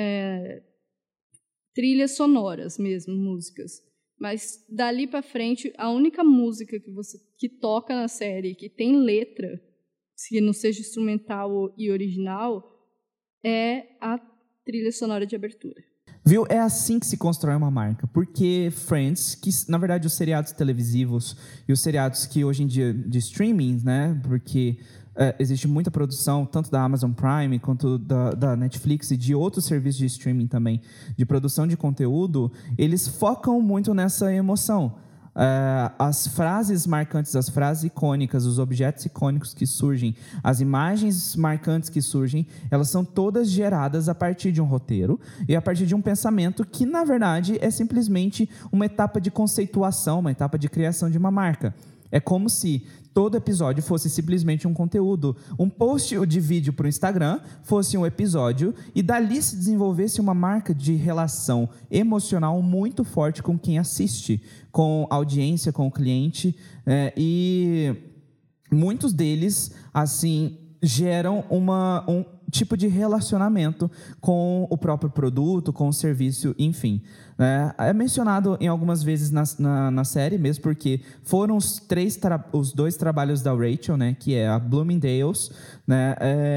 trilhas sonoras mesmo, músicas. Mas dali para frente, a única música que toca na série, que tem letra, se não seja instrumental e original, é a trilha sonora de abertura. Viu? É assim que se constrói uma marca. Porque Friends, que na verdade os seriados televisivos e os seriados que hoje em dia de streaming, né? Porque existe muita produção, tanto da Amazon Prime quanto da Netflix e de outros serviços de streaming também, de produção de conteúdo, eles focam muito nessa emoção. As frases marcantes, as frases icônicas, os objetos icônicos que surgem, as imagens marcantes que surgem, elas são todas geradas a partir de um roteiro e a partir de um pensamento que, na verdade, é simplesmente uma etapa de conceituação, uma etapa de criação de uma marca. É como se todo episódio fosse simplesmente um conteúdo. Um post de vídeo para o Instagram fosse um episódio e dali se desenvolvesse uma marca de relação emocional muito forte com quem assiste, com a audiência, com o cliente. E muitos deles, assim, geram um tipo de relacionamento com o próprio produto, com o serviço, enfim. É mencionado em algumas vezes na série mesmo, porque foram os 2 trabalhos da Rachel, né, que é a Bloomingdale's, né,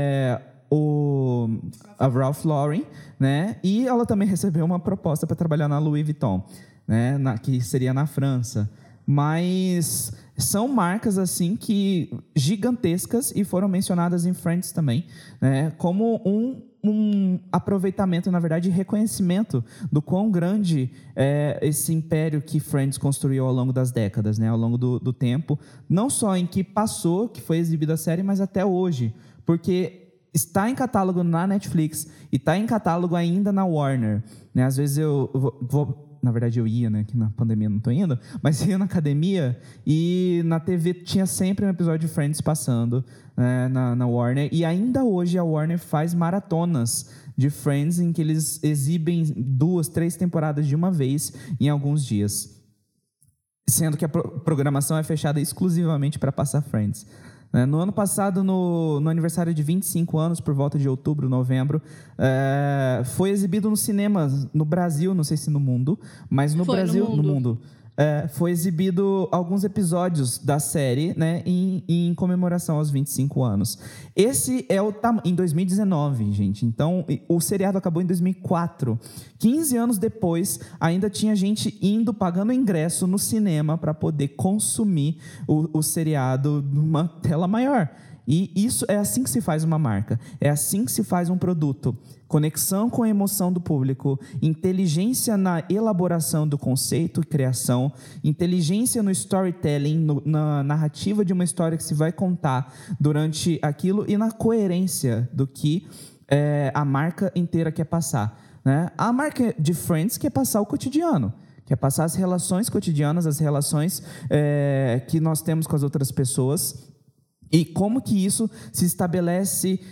a Ralph Lauren, né, e ela também recebeu uma proposta para trabalhar na Louis Vuitton, né, que seria na França. Mas são marcas assim que gigantescas e foram mencionadas em Friends também, né, como um aproveitamento, na verdade, e reconhecimento do quão grande é esse império que Friends construiu ao longo das décadas, né? Ao longo do tempo. Não só em que passou, que foi exibida a série, mas até hoje. Porque está em catálogo na Netflix e está em catálogo ainda na Warner, né? Às vezes eu vou na verdade eu ia, né, que na pandemia não estou indo, mas ia na academia e na TV tinha sempre um episódio de Friends passando, né, na Warner, e ainda hoje a Warner faz maratonas de Friends em que eles exibem 2, 3 temporadas de uma vez em alguns dias, sendo que a programação é fechada exclusivamente para passar Friends. No ano passado, no aniversário de 25 anos, por volta de outubro, novembro, foi exibido no cinema, no Brasil, não sei se no mundo, mas no Brasil, no mundo. Foi exibido alguns episódios da série, né, em comemoração aos 25 anos. Esse é o em 2019, gente. Então, o seriado acabou em 2004. 15 anos depois, ainda tinha gente pagando ingresso no cinema para poder consumir o seriado numa tela maior. E isso é assim que se faz uma marca. É assim que se faz um produto. Conexão com a emoção do público, inteligência na elaboração do conceito e criação, inteligência no storytelling, na narrativa de uma história que se vai contar durante aquilo e na coerência do que a marca inteira quer passar, né? A marca de Friends quer passar o cotidiano, quer passar as relações cotidianas, as relações que nós temos com as outras pessoas e como que isso se estabelece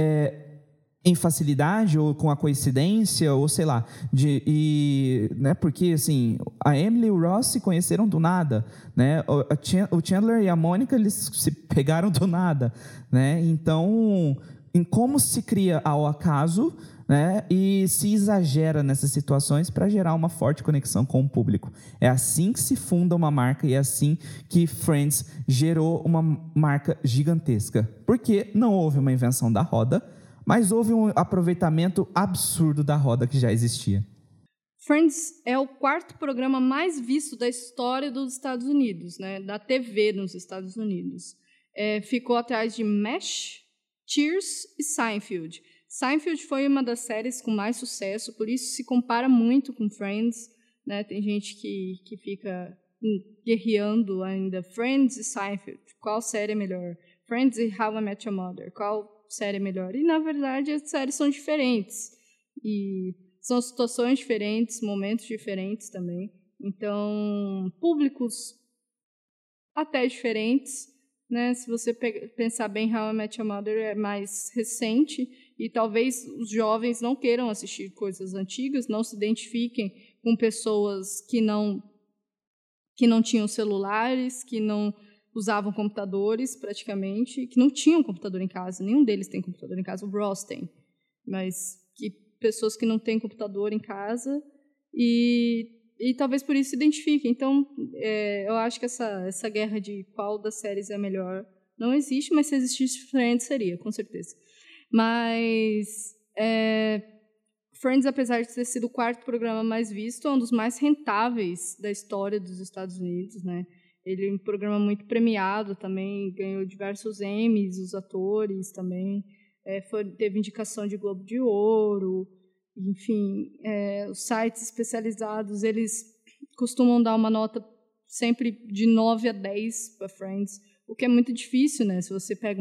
em facilidade ou com a coincidência, ou sei lá, né, porque assim, a Emily e o Ross se conheceram do nada, né? O Chandler e a Mônica, eles se pegaram do nada, né? Então, em como se cria ao acaso, né, e se exagera nessas situações para gerar uma forte conexão com o público. É assim que se funda uma marca e é assim que Friends gerou uma marca gigantesca. Porque não houve uma invenção da roda, mas houve um aproveitamento absurdo da roda que já existia. Friends é o 4º programa mais visto da história dos Estados Unidos, né? Da TV nos Estados Unidos. Ficou atrás de MASH, Cheers e Seinfeld. Seinfeld foi uma das séries com mais sucesso, por isso se compara muito com Friends, né? Tem gente que fica guerreando ainda. Friends e Seinfeld, qual série é melhor? Friends e How I Met Your Mother, qual série é melhor? E, na verdade, as séries são diferentes. E são situações diferentes, momentos diferentes também. Então, públicos até diferentes, né? Se você pensar bem, How I Met Your Mother é mais recente e talvez os jovens não queiram assistir coisas antigas, não se identifiquem com pessoas que não tinham celulares, que não usavam computadores praticamente, que não tinham computador em casa, nenhum deles tem computador em casa, o Ross tem, mas que pessoas que não têm computador em casa e talvez por isso se identifiquem. Então, eu acho que essa guerra de qual das séries é melhor não existe, mas se existisse Friends seria, com certeza. Mas Friends, apesar de ter sido o 4º programa mais visto, é um dos mais rentáveis da história dos Estados Unidos, né? Ele é um programa muito premiado também, ganhou diversos Emmys, os atores também, teve indicação de Globo de Ouro, enfim, os sites especializados, eles costumam dar uma nota sempre de 9 a 10 para Friends, o que é muito difícil, né? Se você pega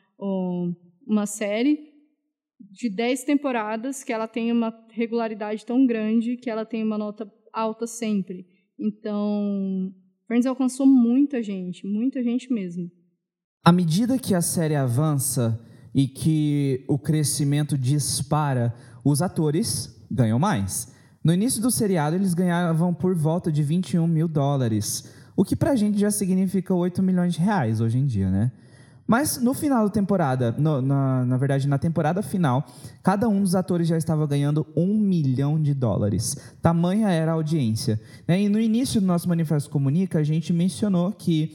uma série de 10 temporadas, que ela tem uma regularidade tão grande, que ela tem uma nota alta sempre. Então, Friends alcançou muita gente mesmo. À medida que a série avança e que o crescimento dispara, os atores ganham mais. No início do seriado, eles ganhavam por volta de $21 mil, o que pra gente já significa 8 milhões de reais hoje em dia, né? Mas no final da temporada, na verdade, na temporada final, cada um dos atores já estava ganhando $1 milhão. Tamanha era a audiência, né? E no início do nosso Manifesto Comunica, a gente mencionou que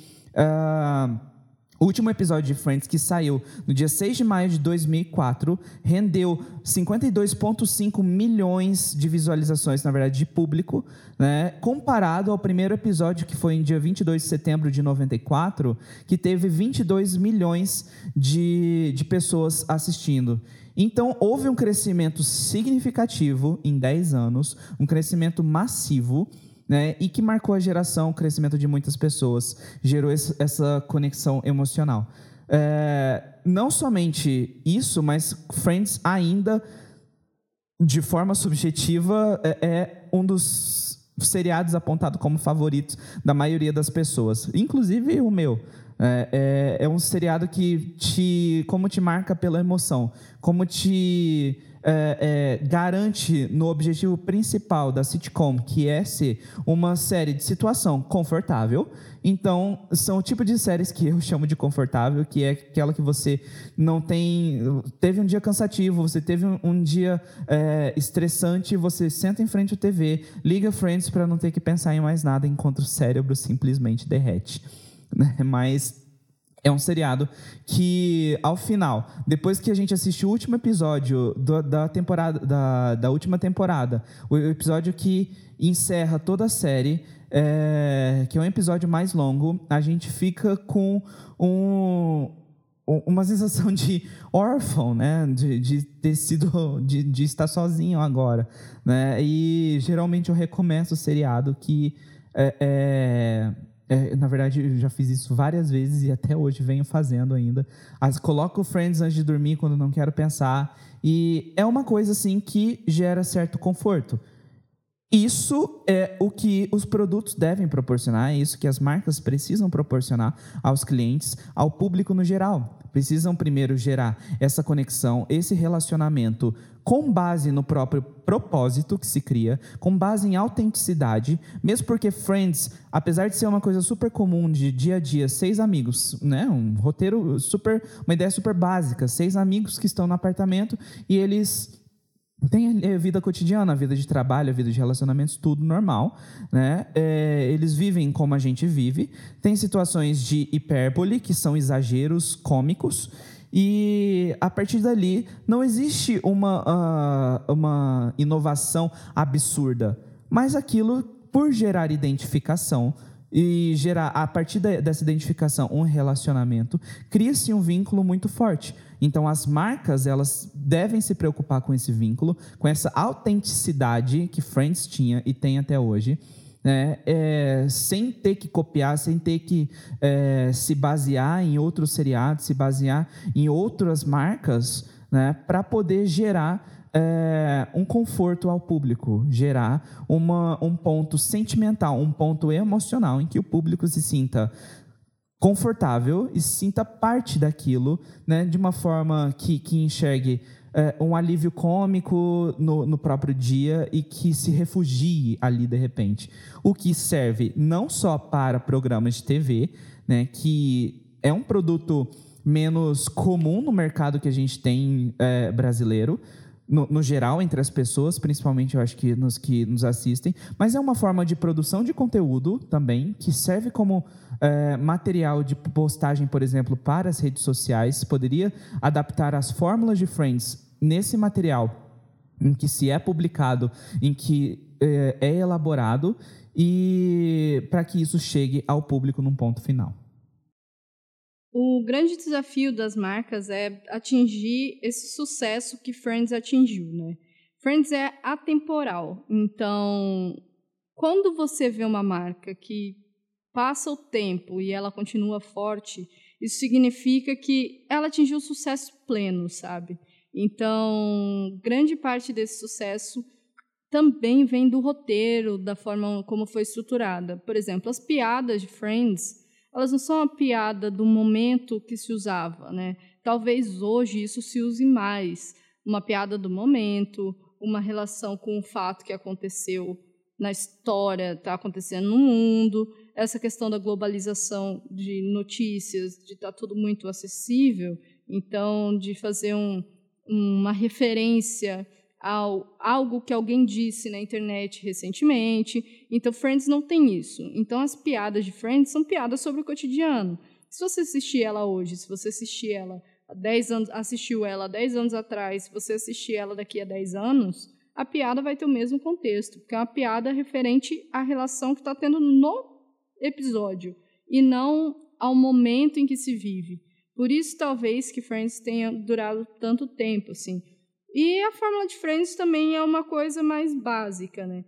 o último episódio de Friends, que saiu no dia 6 de maio de 2004, rendeu 52,5 milhões de visualizações, na verdade, de público, né? Comparado ao primeiro episódio, que foi em dia 22 de setembro de 94, que teve 22 milhões de pessoas assistindo. Então, houve um crescimento significativo em 10 anos, um crescimento massivo, né, e que marcou a geração, o crescimento de muitas pessoas, gerou essa conexão emocional. Não somente isso, mas Friends ainda, de forma subjetiva, é um dos seriados apontado como favoritos da maioria das pessoas, inclusive o meu. É um seriado que como te marca pela emoção, como te garante no objetivo principal da sitcom, que é ser uma série de situação confortável. Então, são o tipo de séries que eu chamo de confortável, que é aquela que você não teve um dia cansativo, você teve um dia estressante, você senta em frente à TV, liga Friends para não ter que pensar em mais nada, enquanto o cérebro simplesmente derrete. Mas é um seriado que, ao final, depois que a gente assiste o último episódio da última temporada, o episódio que encerra toda a série, que é um episódio mais longo, a gente fica com uma sensação de órfão, né? De ter sido, de estar sozinho agora, né? E geralmente eu recomeço o seriado que na verdade, eu já fiz isso várias vezes e até hoje venho fazendo ainda. Coloco o Friends antes de dormir quando não quero pensar. E é uma coisa assim que gera certo conforto. Isso é o que os produtos devem proporcionar, é isso que as marcas precisam proporcionar aos clientes, ao público no geral. Precisam primeiro gerar essa conexão, esse relacionamento com base no próprio propósito que se cria, com base em autenticidade, mesmo porque Friends, apesar de ser uma coisa super comum de dia a dia, 6 amigos, né? Um roteiro uma ideia super básica, 6 amigos que estão no apartamento e eles tem a vida cotidiana, a vida de trabalho, a vida de relacionamentos, tudo normal, né? Eles vivem como a gente vive. Tem situações de hipérbole, que são exageros cômicos. E, a partir dali, não existe uma inovação absurda. Mas aquilo, por gerar identificação e gerar, a partir dessa identificação, um relacionamento, cria-se um vínculo muito forte. Então, as marcas, elas devem se preocupar com esse vínculo, com essa autenticidade que Friends tinha e tem até hoje, né? Sem ter que copiar, sem ter que se basear em outros seriados, se basear em outras marcas, né? Para poder gerar um conforto ao público, gerar um ponto sentimental, um ponto emocional em que o público se sinta confortável e se sinta parte daquilo, né, de uma forma que enxergue um alívio cômico no próprio dia e que se refugie ali de repente. O que serve não só para programas de TV, né, que é um produto menos comum no mercado que a gente tem brasileiro, no geral, entre as pessoas, principalmente eu acho que nos que nos assistem, mas é uma forma de produção de conteúdo também, que serve como material de postagem, por exemplo, para as redes sociais. Poderia adaptar as fórmulas de Friends nesse material em que se é publicado, em que é elaborado, e para que isso chegue ao público num ponto final. O grande desafio das marcas é atingir esse sucesso que Friends atingiu, né? Friends é atemporal. Então, quando você vê uma marca que passa o tempo e ela continua forte, isso significa que ela atingiu o sucesso pleno, sabe? Então, grande parte desse sucesso também vem do roteiro, da forma como foi estruturada. Por exemplo, as piadas de Friends, elas não são a piada do momento que se usava, né? Talvez hoje isso se use mais. Uma piada do momento, uma relação com o fato que aconteceu na história, está acontecendo no mundo. Essa questão da globalização de notícias, de estar tudo muito acessível. Então, de fazer uma referência algo que alguém disse na internet recentemente. Então, Friends não tem isso. Então, as piadas de Friends são piadas sobre o cotidiano. Se você assistir ela hoje, se você assistiu ela há 10 anos atrás, se você assistir ela daqui a 10 anos, a piada vai ter o mesmo contexto, porque é uma piada referente à relação que está tendo no episódio, e não ao momento em que se vive. Por isso, talvez, que Friends tenha durado tanto tempo, assim. E a fórmula de Friends também é uma coisa mais básica, né?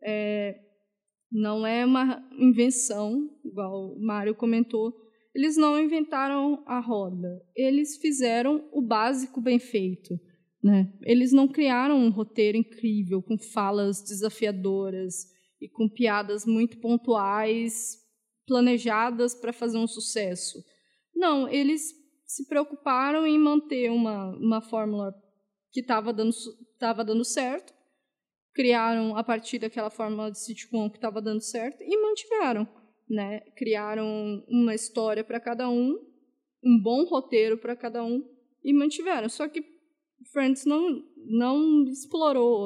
Não é uma invenção, igual o Mário comentou. Eles não inventaram a roda. Eles fizeram o básico bem feito, né? Eles não criaram um roteiro incrível, com falas desafiadoras e com piadas muito pontuais, planejadas para fazer um sucesso. Não, eles se preocuparam em manter uma fórmula que estava dando certo, criaram a partir daquela fórmula de sitcom que estava dando certo e mantiveram, né? Criaram uma história para cada um bom roteiro para cada um e mantiveram. Só que Friends não explorou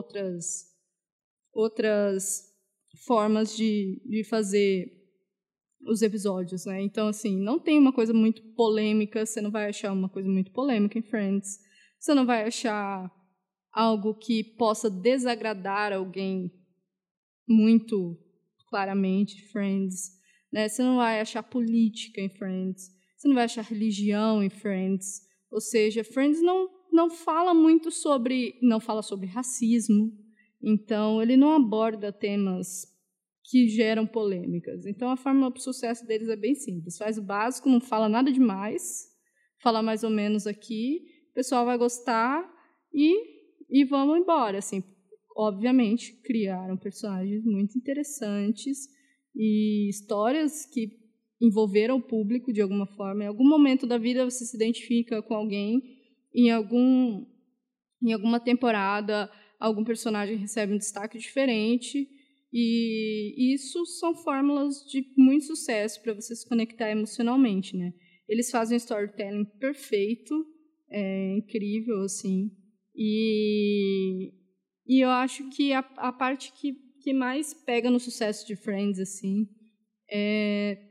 outras formas de fazer os episódios, né? Então, assim, não tem uma coisa muito polêmica, você não vai achar uma coisa muito polêmica em Friends, você não vai achar algo que possa desagradar alguém muito claramente, Friends, né? Você não vai achar política em Friends, você não vai achar religião em Friends, ou seja, Friends não fala muito não fala sobre racismo, então ele não aborda temas que geram polêmicas. Então a fórmula para o sucesso deles é bem simples, faz o básico, não fala nada demais, fala mais ou menos aqui, o pessoal vai gostar e vamos embora, assim. Obviamente, criaram personagens muito interessantes e histórias que envolveram o público de alguma forma. Em algum momento da vida você se identifica com alguém, em alguma temporada algum personagem recebe um destaque diferente, e isso são fórmulas de muito sucesso para você se conectar emocionalmente, né? Eles fazem um storytelling perfeito, incrível, assim. E eu acho que a parte que mais pega no sucesso de Friends, assim, é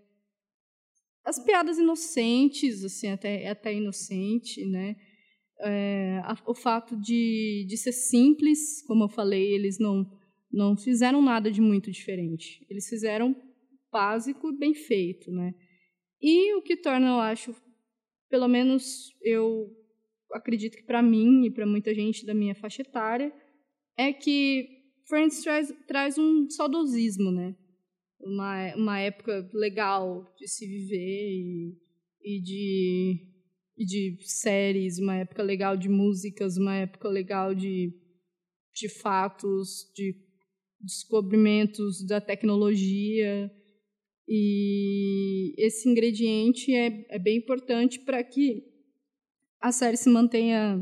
as piadas inocentes, assim, até inocente, né? O fato de ser simples, como eu falei, eles não fizeram nada de muito diferente. Eles fizeram básico bem feito, né? E o que torna, eu acho, pelo menos eu acredito que para mim e para muita gente da minha faixa etária, é que Friends traz um saudosismo, né? Uma época legal de se viver e de séries, uma época legal de músicas, uma época legal de fatos, de descobrimentos da tecnologia. E esse ingrediente é bem importante para que a série se mantenha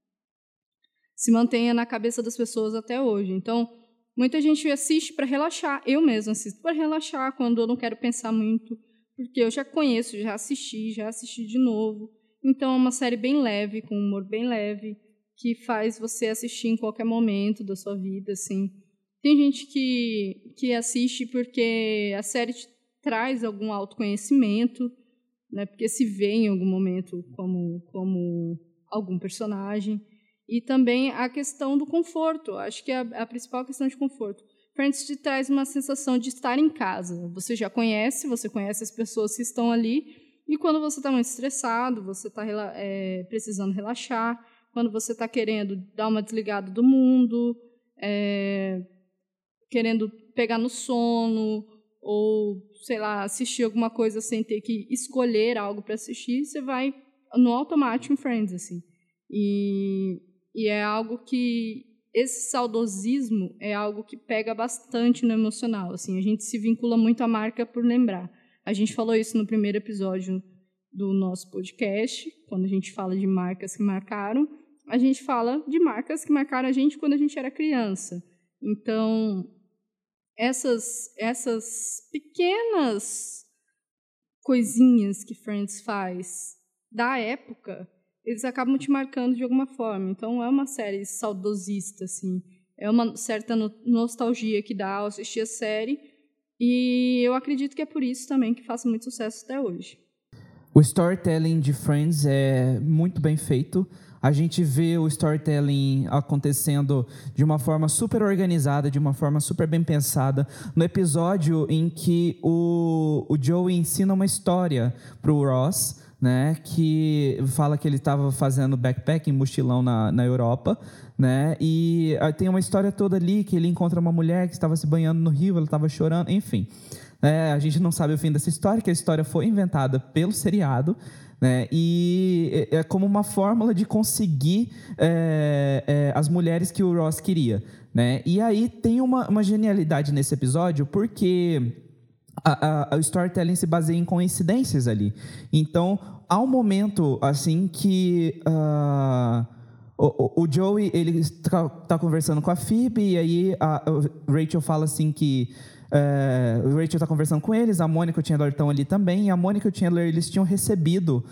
na cabeça das pessoas até hoje. Então, muita gente assiste para relaxar. Eu mesma assisto para relaxar quando eu não quero pensar muito, porque eu já conheço, já assisti de novo. Então, é uma série bem leve, com humor bem leve, que faz você assistir em qualquer momento da sua vida, assim. Tem gente que assiste porque a série te traz algum autoconhecimento, né, porque se vê em algum momento como algum personagem. E também a questão do conforto. Acho que é a principal questão de conforto. Friends te traz uma sensação de estar em casa. Você conhece as pessoas que estão ali, e quando você está muito estressado, você está precisando relaxar, quando você está querendo dar uma desligada do mundo, querendo pegar no sono, ou, sei lá, assistir alguma coisa sem ter que escolher algo para assistir, você vai no automático em Friends, assim. E é algo que... Esse saudosismo é algo que pega bastante no emocional, assim. A gente se vincula muito à marca por lembrar. A gente falou isso no primeiro episódio do nosso podcast, quando a gente fala de marcas que marcaram. A gente fala de marcas que marcaram a gente quando a gente era criança. Então, essas pequenas coisinhas que Friends faz da época, eles acabam te marcando de alguma forma. Então, é uma série saudosista, assim. É uma certa nostalgia que dá ao assistir a série. E eu acredito que é por isso também que faz muito sucesso até hoje. O storytelling de Friends é muito bem feito. A gente vê o storytelling acontecendo de uma forma super organizada, de uma forma super bem pensada. No episódio em que o Joey ensina uma história para o Ross, né, que fala que ele estava fazendo backpacking, mochilão na Europa, né, e tem uma história toda ali que ele encontra uma mulher que estava se banhando no rio, ela estava chorando, enfim. A gente não sabe o fim dessa história, que a história foi inventada pelo seriado, né, e é como uma fórmula de conseguir as mulheres que o Ross queria, né? E aí tem uma genialidade nesse episódio, porque o storytelling se baseia em coincidências ali. Então, há um momento assim que o Joey ele tá conversando com a Phoebe, e aí a Rachel fala assim que o Rachel está conversando com eles, a Mônica e o Chandler estão ali também, e a Mônica e o Chandler eles tinham recebido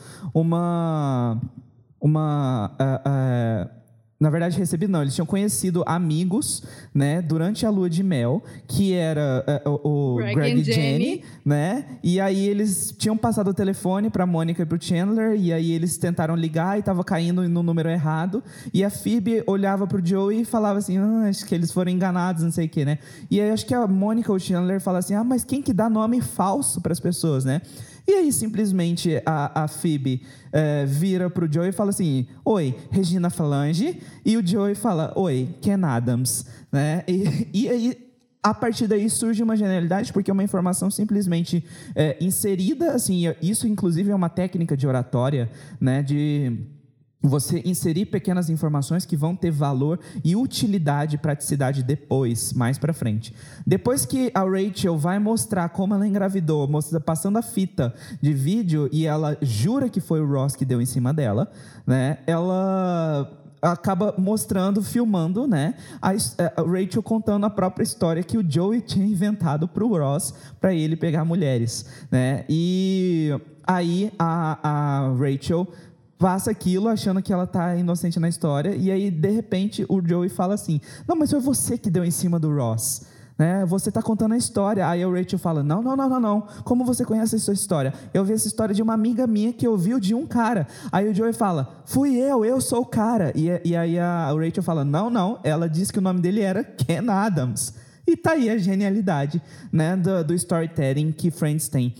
na verdade, recebido não, eles tinham conhecido amigos, né, durante a lua de mel, que era o Greg e Jenny, né, e aí eles tinham passado o telefone para a Mônica e para o Chandler, e aí eles tentaram ligar e estava caindo no número errado, e a Phoebe olhava para o Joey e falava assim, acho que eles foram enganados, não sei o quê, né, e aí acho que a Mônica ou o Chandler fala assim, mas quem que dá nome falso para as pessoas, né? E aí, simplesmente, a Phoebe vira pro Joey e fala assim, oi, Regina Falange, e o Joey fala, oi, Ken Adams, né? E aí, a partir daí, surge uma genialidade, porque é uma informação simplesmente inserida, assim, isso, inclusive, é uma técnica de oratória, né, de você inserir pequenas informações que vão ter valor e utilidade e praticidade depois, mais pra frente. Depois que a Rachel vai mostrar como ela engravidou, passando a fita de vídeo, e ela jura que foi o Ross que deu em cima dela, né? Ela acaba mostrando, filmando, né, a Rachel contando a própria história que o Joey tinha inventado pro Ross para ele pegar mulheres, né? E aí a Rachel passa aquilo achando que ela tá inocente na história, e aí, de repente, o Joey fala assim, não, mas foi você que deu em cima do Ross, né? Você tá contando a história. Aí a Rachel fala, não, como você conhece essa história? Eu vi essa história de uma amiga minha que ouviu de um cara. Aí o Joey fala, fui eu sou o cara. E aí a Rachel fala, não, ela disse que o nome dele era Ken Adams. E tá aí a genialidade, né, do storytelling que Friends tem.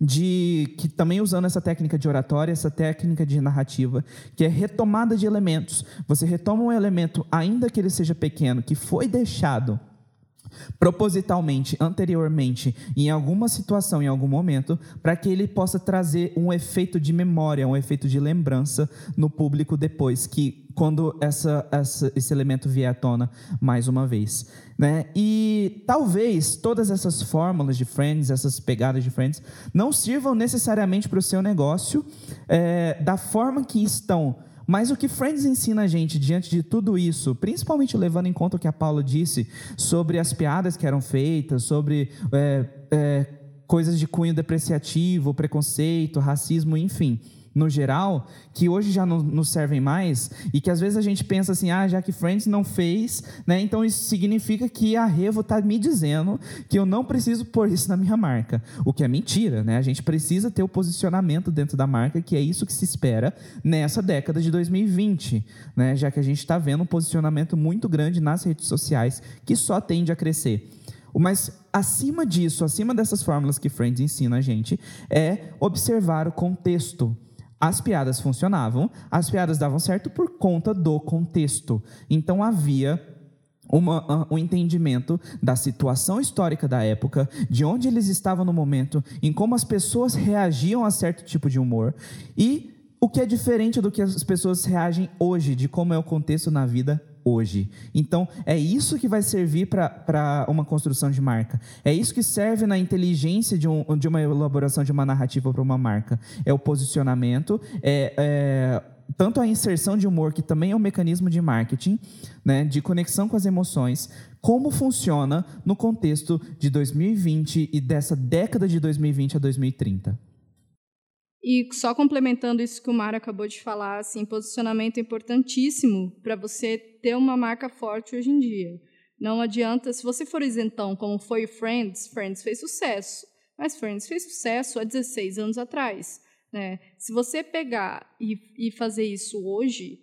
Que também usando essa técnica de oratória, essa técnica de narrativa, que é retomada de elementos. Você retoma um elemento, ainda que ele seja pequeno, que foi deixado propositalmente, anteriormente, em alguma situação, em algum momento, para que ele possa trazer um efeito de memória, um efeito de lembrança no público depois, quando esse elemento vier à tona mais uma vez, né? E talvez todas essas fórmulas de Friends, essas pegadas de Friends, não sirvam necessariamente para o seu negócio da forma que estão. Mas o que Friends ensina a gente diante de tudo isso, principalmente levando em conta o que a Paula disse sobre as piadas que eram feitas, sobre coisas de cunho depreciativo, preconceito, racismo, enfim, no geral, que hoje já não nos servem mais, e que às vezes a gente pensa assim, já que Friends não fez, né, então isso significa que a Revo está me dizendo que eu não preciso pôr isso na minha marca, o que é mentira, né? A gente precisa ter o posicionamento dentro da marca, que é isso que se espera nessa década de 2020, né, já que a gente está vendo um posicionamento muito grande nas redes sociais, que só tende a crescer. Mas acima disso, acima dessas fórmulas que Friends ensina a gente, é observar o contexto. As piadas funcionavam, as piadas davam certo por conta do contexto. Então havia um entendimento da situação histórica da época, de onde eles estavam no momento, em como as pessoas reagiam a certo tipo de humor, e o que é diferente do que as pessoas reagem hoje, de como é o contexto na vida hoje. Então, é isso que vai servir para uma construção de marca. É isso que serve na inteligência de uma elaboração de uma narrativa para uma marca. É o posicionamento, tanto a inserção de humor, que também é um mecanismo de marketing, né, de conexão com as emoções, como funciona no contexto de 2020 e dessa década de 2020 a 2030. E só complementando isso que o Mário acabou de falar, assim, posicionamento é importantíssimo para você ter uma marca forte hoje em dia. Não adianta, se você for isentão, como foi o Friends fez sucesso, mas Friends fez sucesso há 16 anos atrás, né? Se você pegar e fazer isso hoje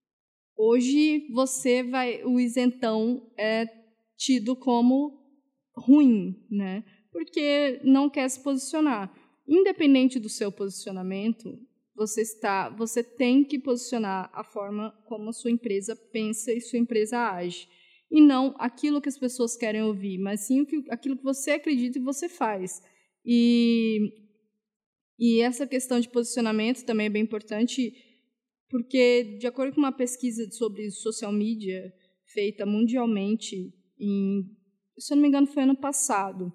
o isentão é tido como ruim, né? Porque não quer se posicionar. Independente do seu posicionamento, você tem que posicionar a forma como a sua empresa pensa e sua empresa age. E não aquilo que as pessoas querem ouvir, mas sim aquilo que você acredita e você faz. E essa questão de posicionamento também é bem importante, porque, de acordo com uma pesquisa sobre social media feita mundialmente, se eu não me engano, foi ano passado,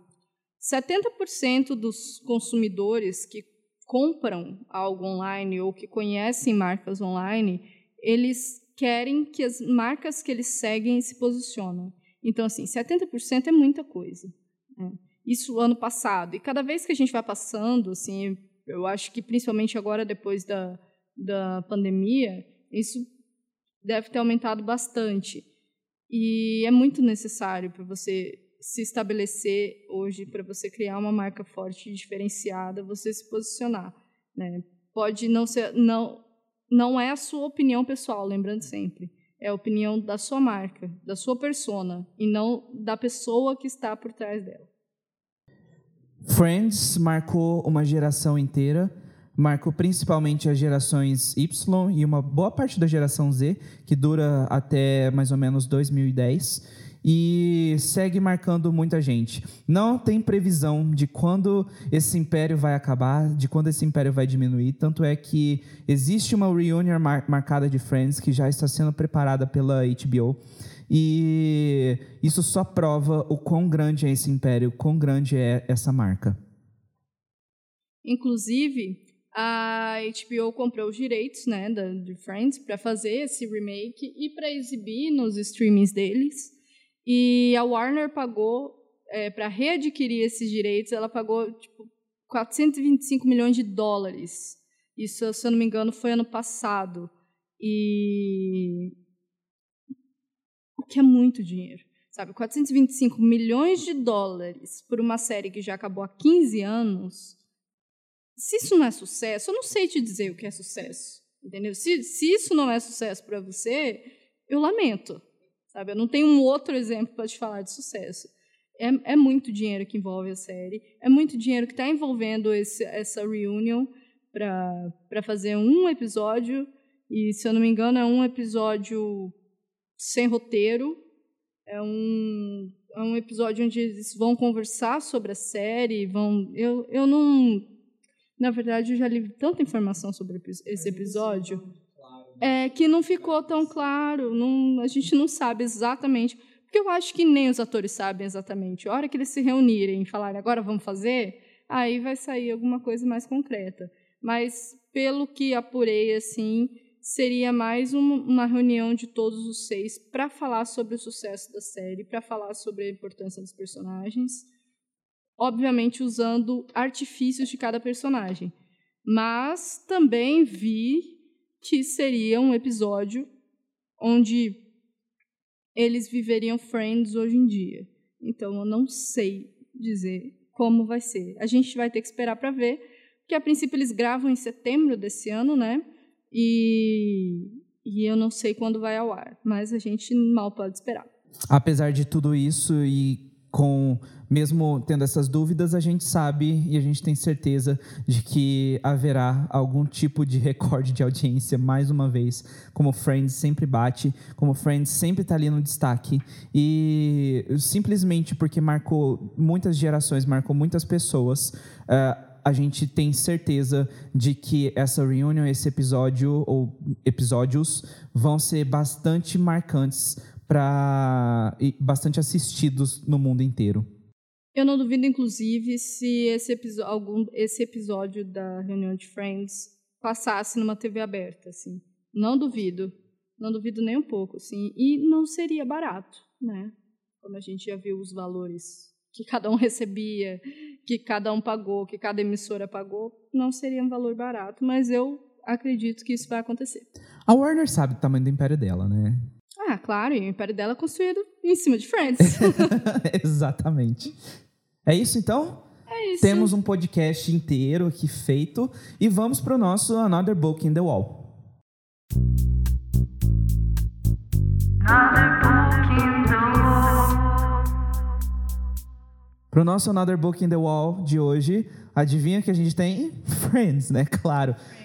70% dos consumidores que compram algo online ou que conhecem marcas online, eles querem que as marcas que eles seguem se posicionem. Então, assim, 70% é muita coisa, né? Isso ano passado. E cada vez que a gente vai passando, assim, eu acho que principalmente agora, depois da pandemia, isso deve ter aumentado bastante. E é muito necessário para você se estabelecer hoje, para você criar uma marca forte e diferenciada, você se posicionar, né? Pode não ser, não é a sua opinião pessoal, lembrando sempre, é a opinião da sua marca, da sua persona, e não da pessoa que está por trás dela. Friends marcou uma geração inteira, marcou principalmente as gerações Y e uma boa parte da geração Z, que dura até mais ou menos 2010, e segue marcando muita gente. Não tem previsão de quando esse império vai acabar, de quando esse império vai diminuir, tanto é que existe uma reunion marcada de Friends que já está sendo preparada pela HBO, e isso só prova o quão grande é esse império, o quão grande é essa marca. Inclusive, a HBO comprou os direitos, né, de Friends para fazer esse remake e para exibir nos streamings deles. E a Warner pagou, para readquirir esses direitos, ela pagou tipo, $425 milhões. Isso, se eu não me engano, foi ano passado. E o que é muito dinheiro, sabe? $425 milhões por uma série que já acabou há 15 anos. Se isso não é sucesso, eu não sei te dizer o que é sucesso, entendeu? Se isso não é sucesso para você, eu lamento, sabe? Eu não tenho um outro exemplo para te falar de sucesso. É muito dinheiro que envolve a série, é muito dinheiro que está envolvendo essa reunion para fazer um episódio, e, se eu não me engano, é um episódio sem roteiro, é um episódio onde eles vão conversar sobre a série, eu não... Na verdade, eu já li tanta informação sobre esse episódio que não ficou tão claro. A gente não sabe exatamente. Porque eu acho que nem os atores sabem exatamente. A hora que eles se reunirem e falarem, agora vamos fazer, aí vai sair alguma coisa mais concreta. Mas, pelo que apurei, assim, seria mais uma reunião de todos os 6 para falar sobre o sucesso da série, para falar sobre a importância dos personagens, obviamente usando artifícios de cada personagem. Mas também vi que seria um episódio onde eles viveriam Friends hoje em dia. Então, eu não sei dizer como vai ser. A gente vai ter que esperar para ver, porque, a princípio, eles gravam em setembro desse ano, né? E eu não sei quando vai ao ar, mas a gente mal pode esperar. Apesar de tudo isso e mesmo tendo essas dúvidas, a gente sabe e a gente tem certeza de que haverá algum tipo de recorde de audiência, mais uma vez, como Friends sempre bate, como Friends sempre está ali no destaque, e simplesmente porque marcou muitas gerações, marcou muitas pessoas, a gente tem certeza de que essa reunion, esse episódio ou episódios vão ser bastante marcantes e bastante assistidos no mundo inteiro. Eu não duvido, inclusive, se esse episódio da reunião de Friends passasse numa TV aberta, assim. Não duvido nem um pouco, assim. E não seria barato, né? Como a gente já viu os valores que cada um recebia, que cada um pagou, que cada emissora pagou, não seria um valor barato, mas eu acredito que isso vai acontecer. A Warner sabe o tamanho do império dela, né? Ah, claro, e o império dela é construído em cima de Friends. Exatamente. É isso, então? É isso. Temos um podcast inteiro aqui feito e vamos para o nosso Another Book in the Wall. Another Book in the Wall. Para o nosso Another Book in the Wall de hoje, adivinha que a gente tem? Friends, né? Claro.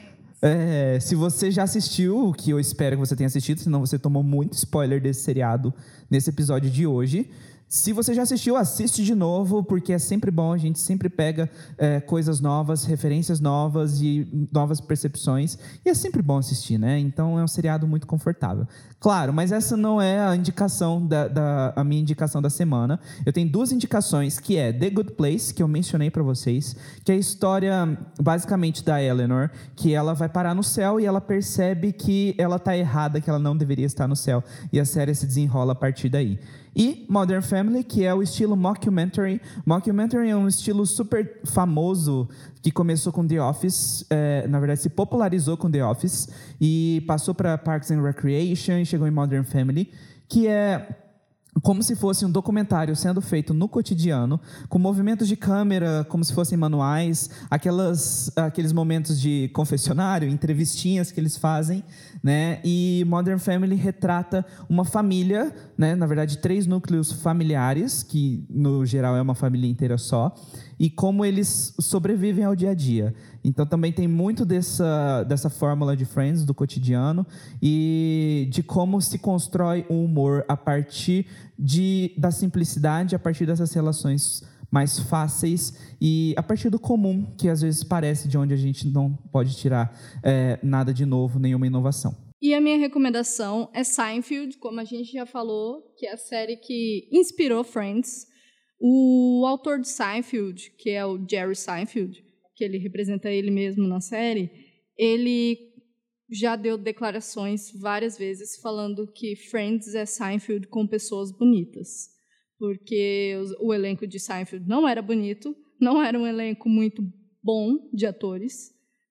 Se você já assistiu, o que eu espero que você tenha assistido, senão você tomou muito spoiler desse seriado nesse episódio de hoje. Se você já assistiu, assiste de novo, porque é sempre bom, a gente sempre pega coisas novas, referências novas e novas percepções. E é sempre bom assistir, né? Então é um seriado muito confortável. Claro, mas essa não é a indicação a minha indicação da semana. Eu tenho 2 indicações, que é The Good Place, que eu mencionei para vocês, que é a história, basicamente, da Eleanor, que ela vai parar no céu e ela percebe que ela tá errada, que ela não deveria estar no céu. E a série se desenrola a partir daí. E Modern Family, que é o estilo mockumentary. Mockumentary é um estilo super famoso que começou com The Office, na verdade se popularizou com The Office e passou para Parks and Recreation e chegou em Modern Family, que é como se fosse um documentário sendo feito no cotidiano, com movimentos de câmera, como se fossem manuais, aqueles momentos de confessionário, entrevistinhas que eles fazem, né? E Modern Family retrata uma família, né? Na verdade, 3 núcleos familiares, que no geral é uma família inteira só, e como eles sobrevivem ao dia a dia. Então também tem muito dessa fórmula de Friends, do cotidiano, e de como se constrói o humor a partir da simplicidade, a partir dessas relações mais fáceis e a partir do comum, que às vezes parece de onde a gente não pode tirar nada de novo, nenhuma inovação. E a minha recomendação é Seinfeld, como a gente já falou, que é a série que inspirou Friends. O autor de Seinfeld, que é o Jerry Seinfeld, que ele representa ele mesmo na série, ele já deu declarações várias vezes falando que Friends é Seinfeld com pessoas bonitas, porque o elenco de Seinfeld não era bonito, não era um elenco muito bom de atores,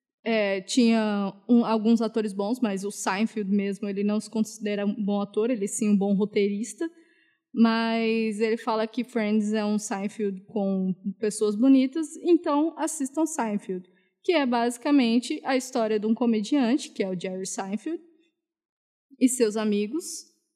tinha alguns atores bons, mas o Seinfeld mesmo, ele não se considera um bom ator, ele sim um bom roteirista, mas ele fala que Friends é um Seinfeld com pessoas bonitas, então assistam Seinfeld, que é basicamente a história de um comediante, que é o Jerry Seinfeld, e seus amigos,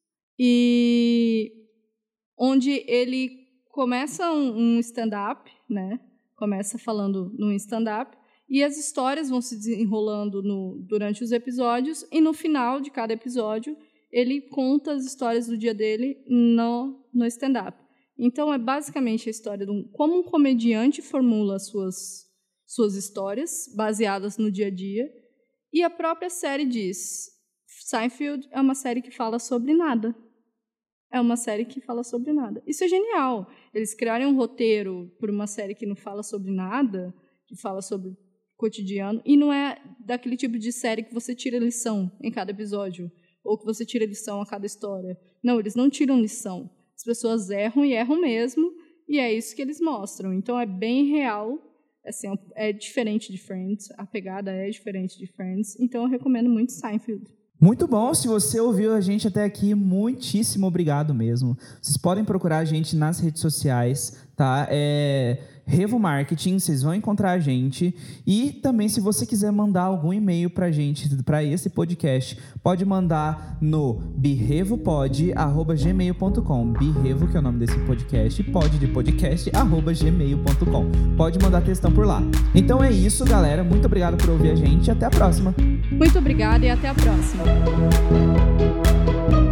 e onde ele começa um stand-up, né? Começa falando num stand-up, e as histórias vão se desenrolando durante os episódios, e no final de cada episódio ele conta as histórias do dia dele no stand-up. Então, é basicamente a história de como um comediante formula suas histórias, baseadas no dia a dia. E a própria série diz, Seinfeld é uma série que fala sobre nada. É uma série que fala sobre nada. Isso é genial. Eles criarem um roteiro por uma série que não fala sobre nada, que fala sobre cotidiano, e não é daquele tipo de série que você tira lição em cada episódio, ou que você tira lição a cada história. Não, eles não tiram lição. As pessoas erram e erram mesmo, e é isso que eles mostram. Então, é bem real, assim, é diferente de Friends, a pegada é diferente de Friends, então eu recomendo muito Seinfeld. Muito bom, se você ouviu a gente até aqui, muitíssimo obrigado mesmo. Vocês podem procurar a gente nas redes sociais, tá? Revo Marketing, vocês vão encontrar a gente. E também, se você quiser mandar algum e-mail pra gente, pra esse podcast, pode mandar no birrevopod@gmail.com. Birrevo, que é o nome desse podcast, pod de podcast, @gmail.com. Pode mandar textão por lá. Então é isso, galera. Muito obrigado por ouvir a gente e até a próxima. Muito obrigada e até a próxima.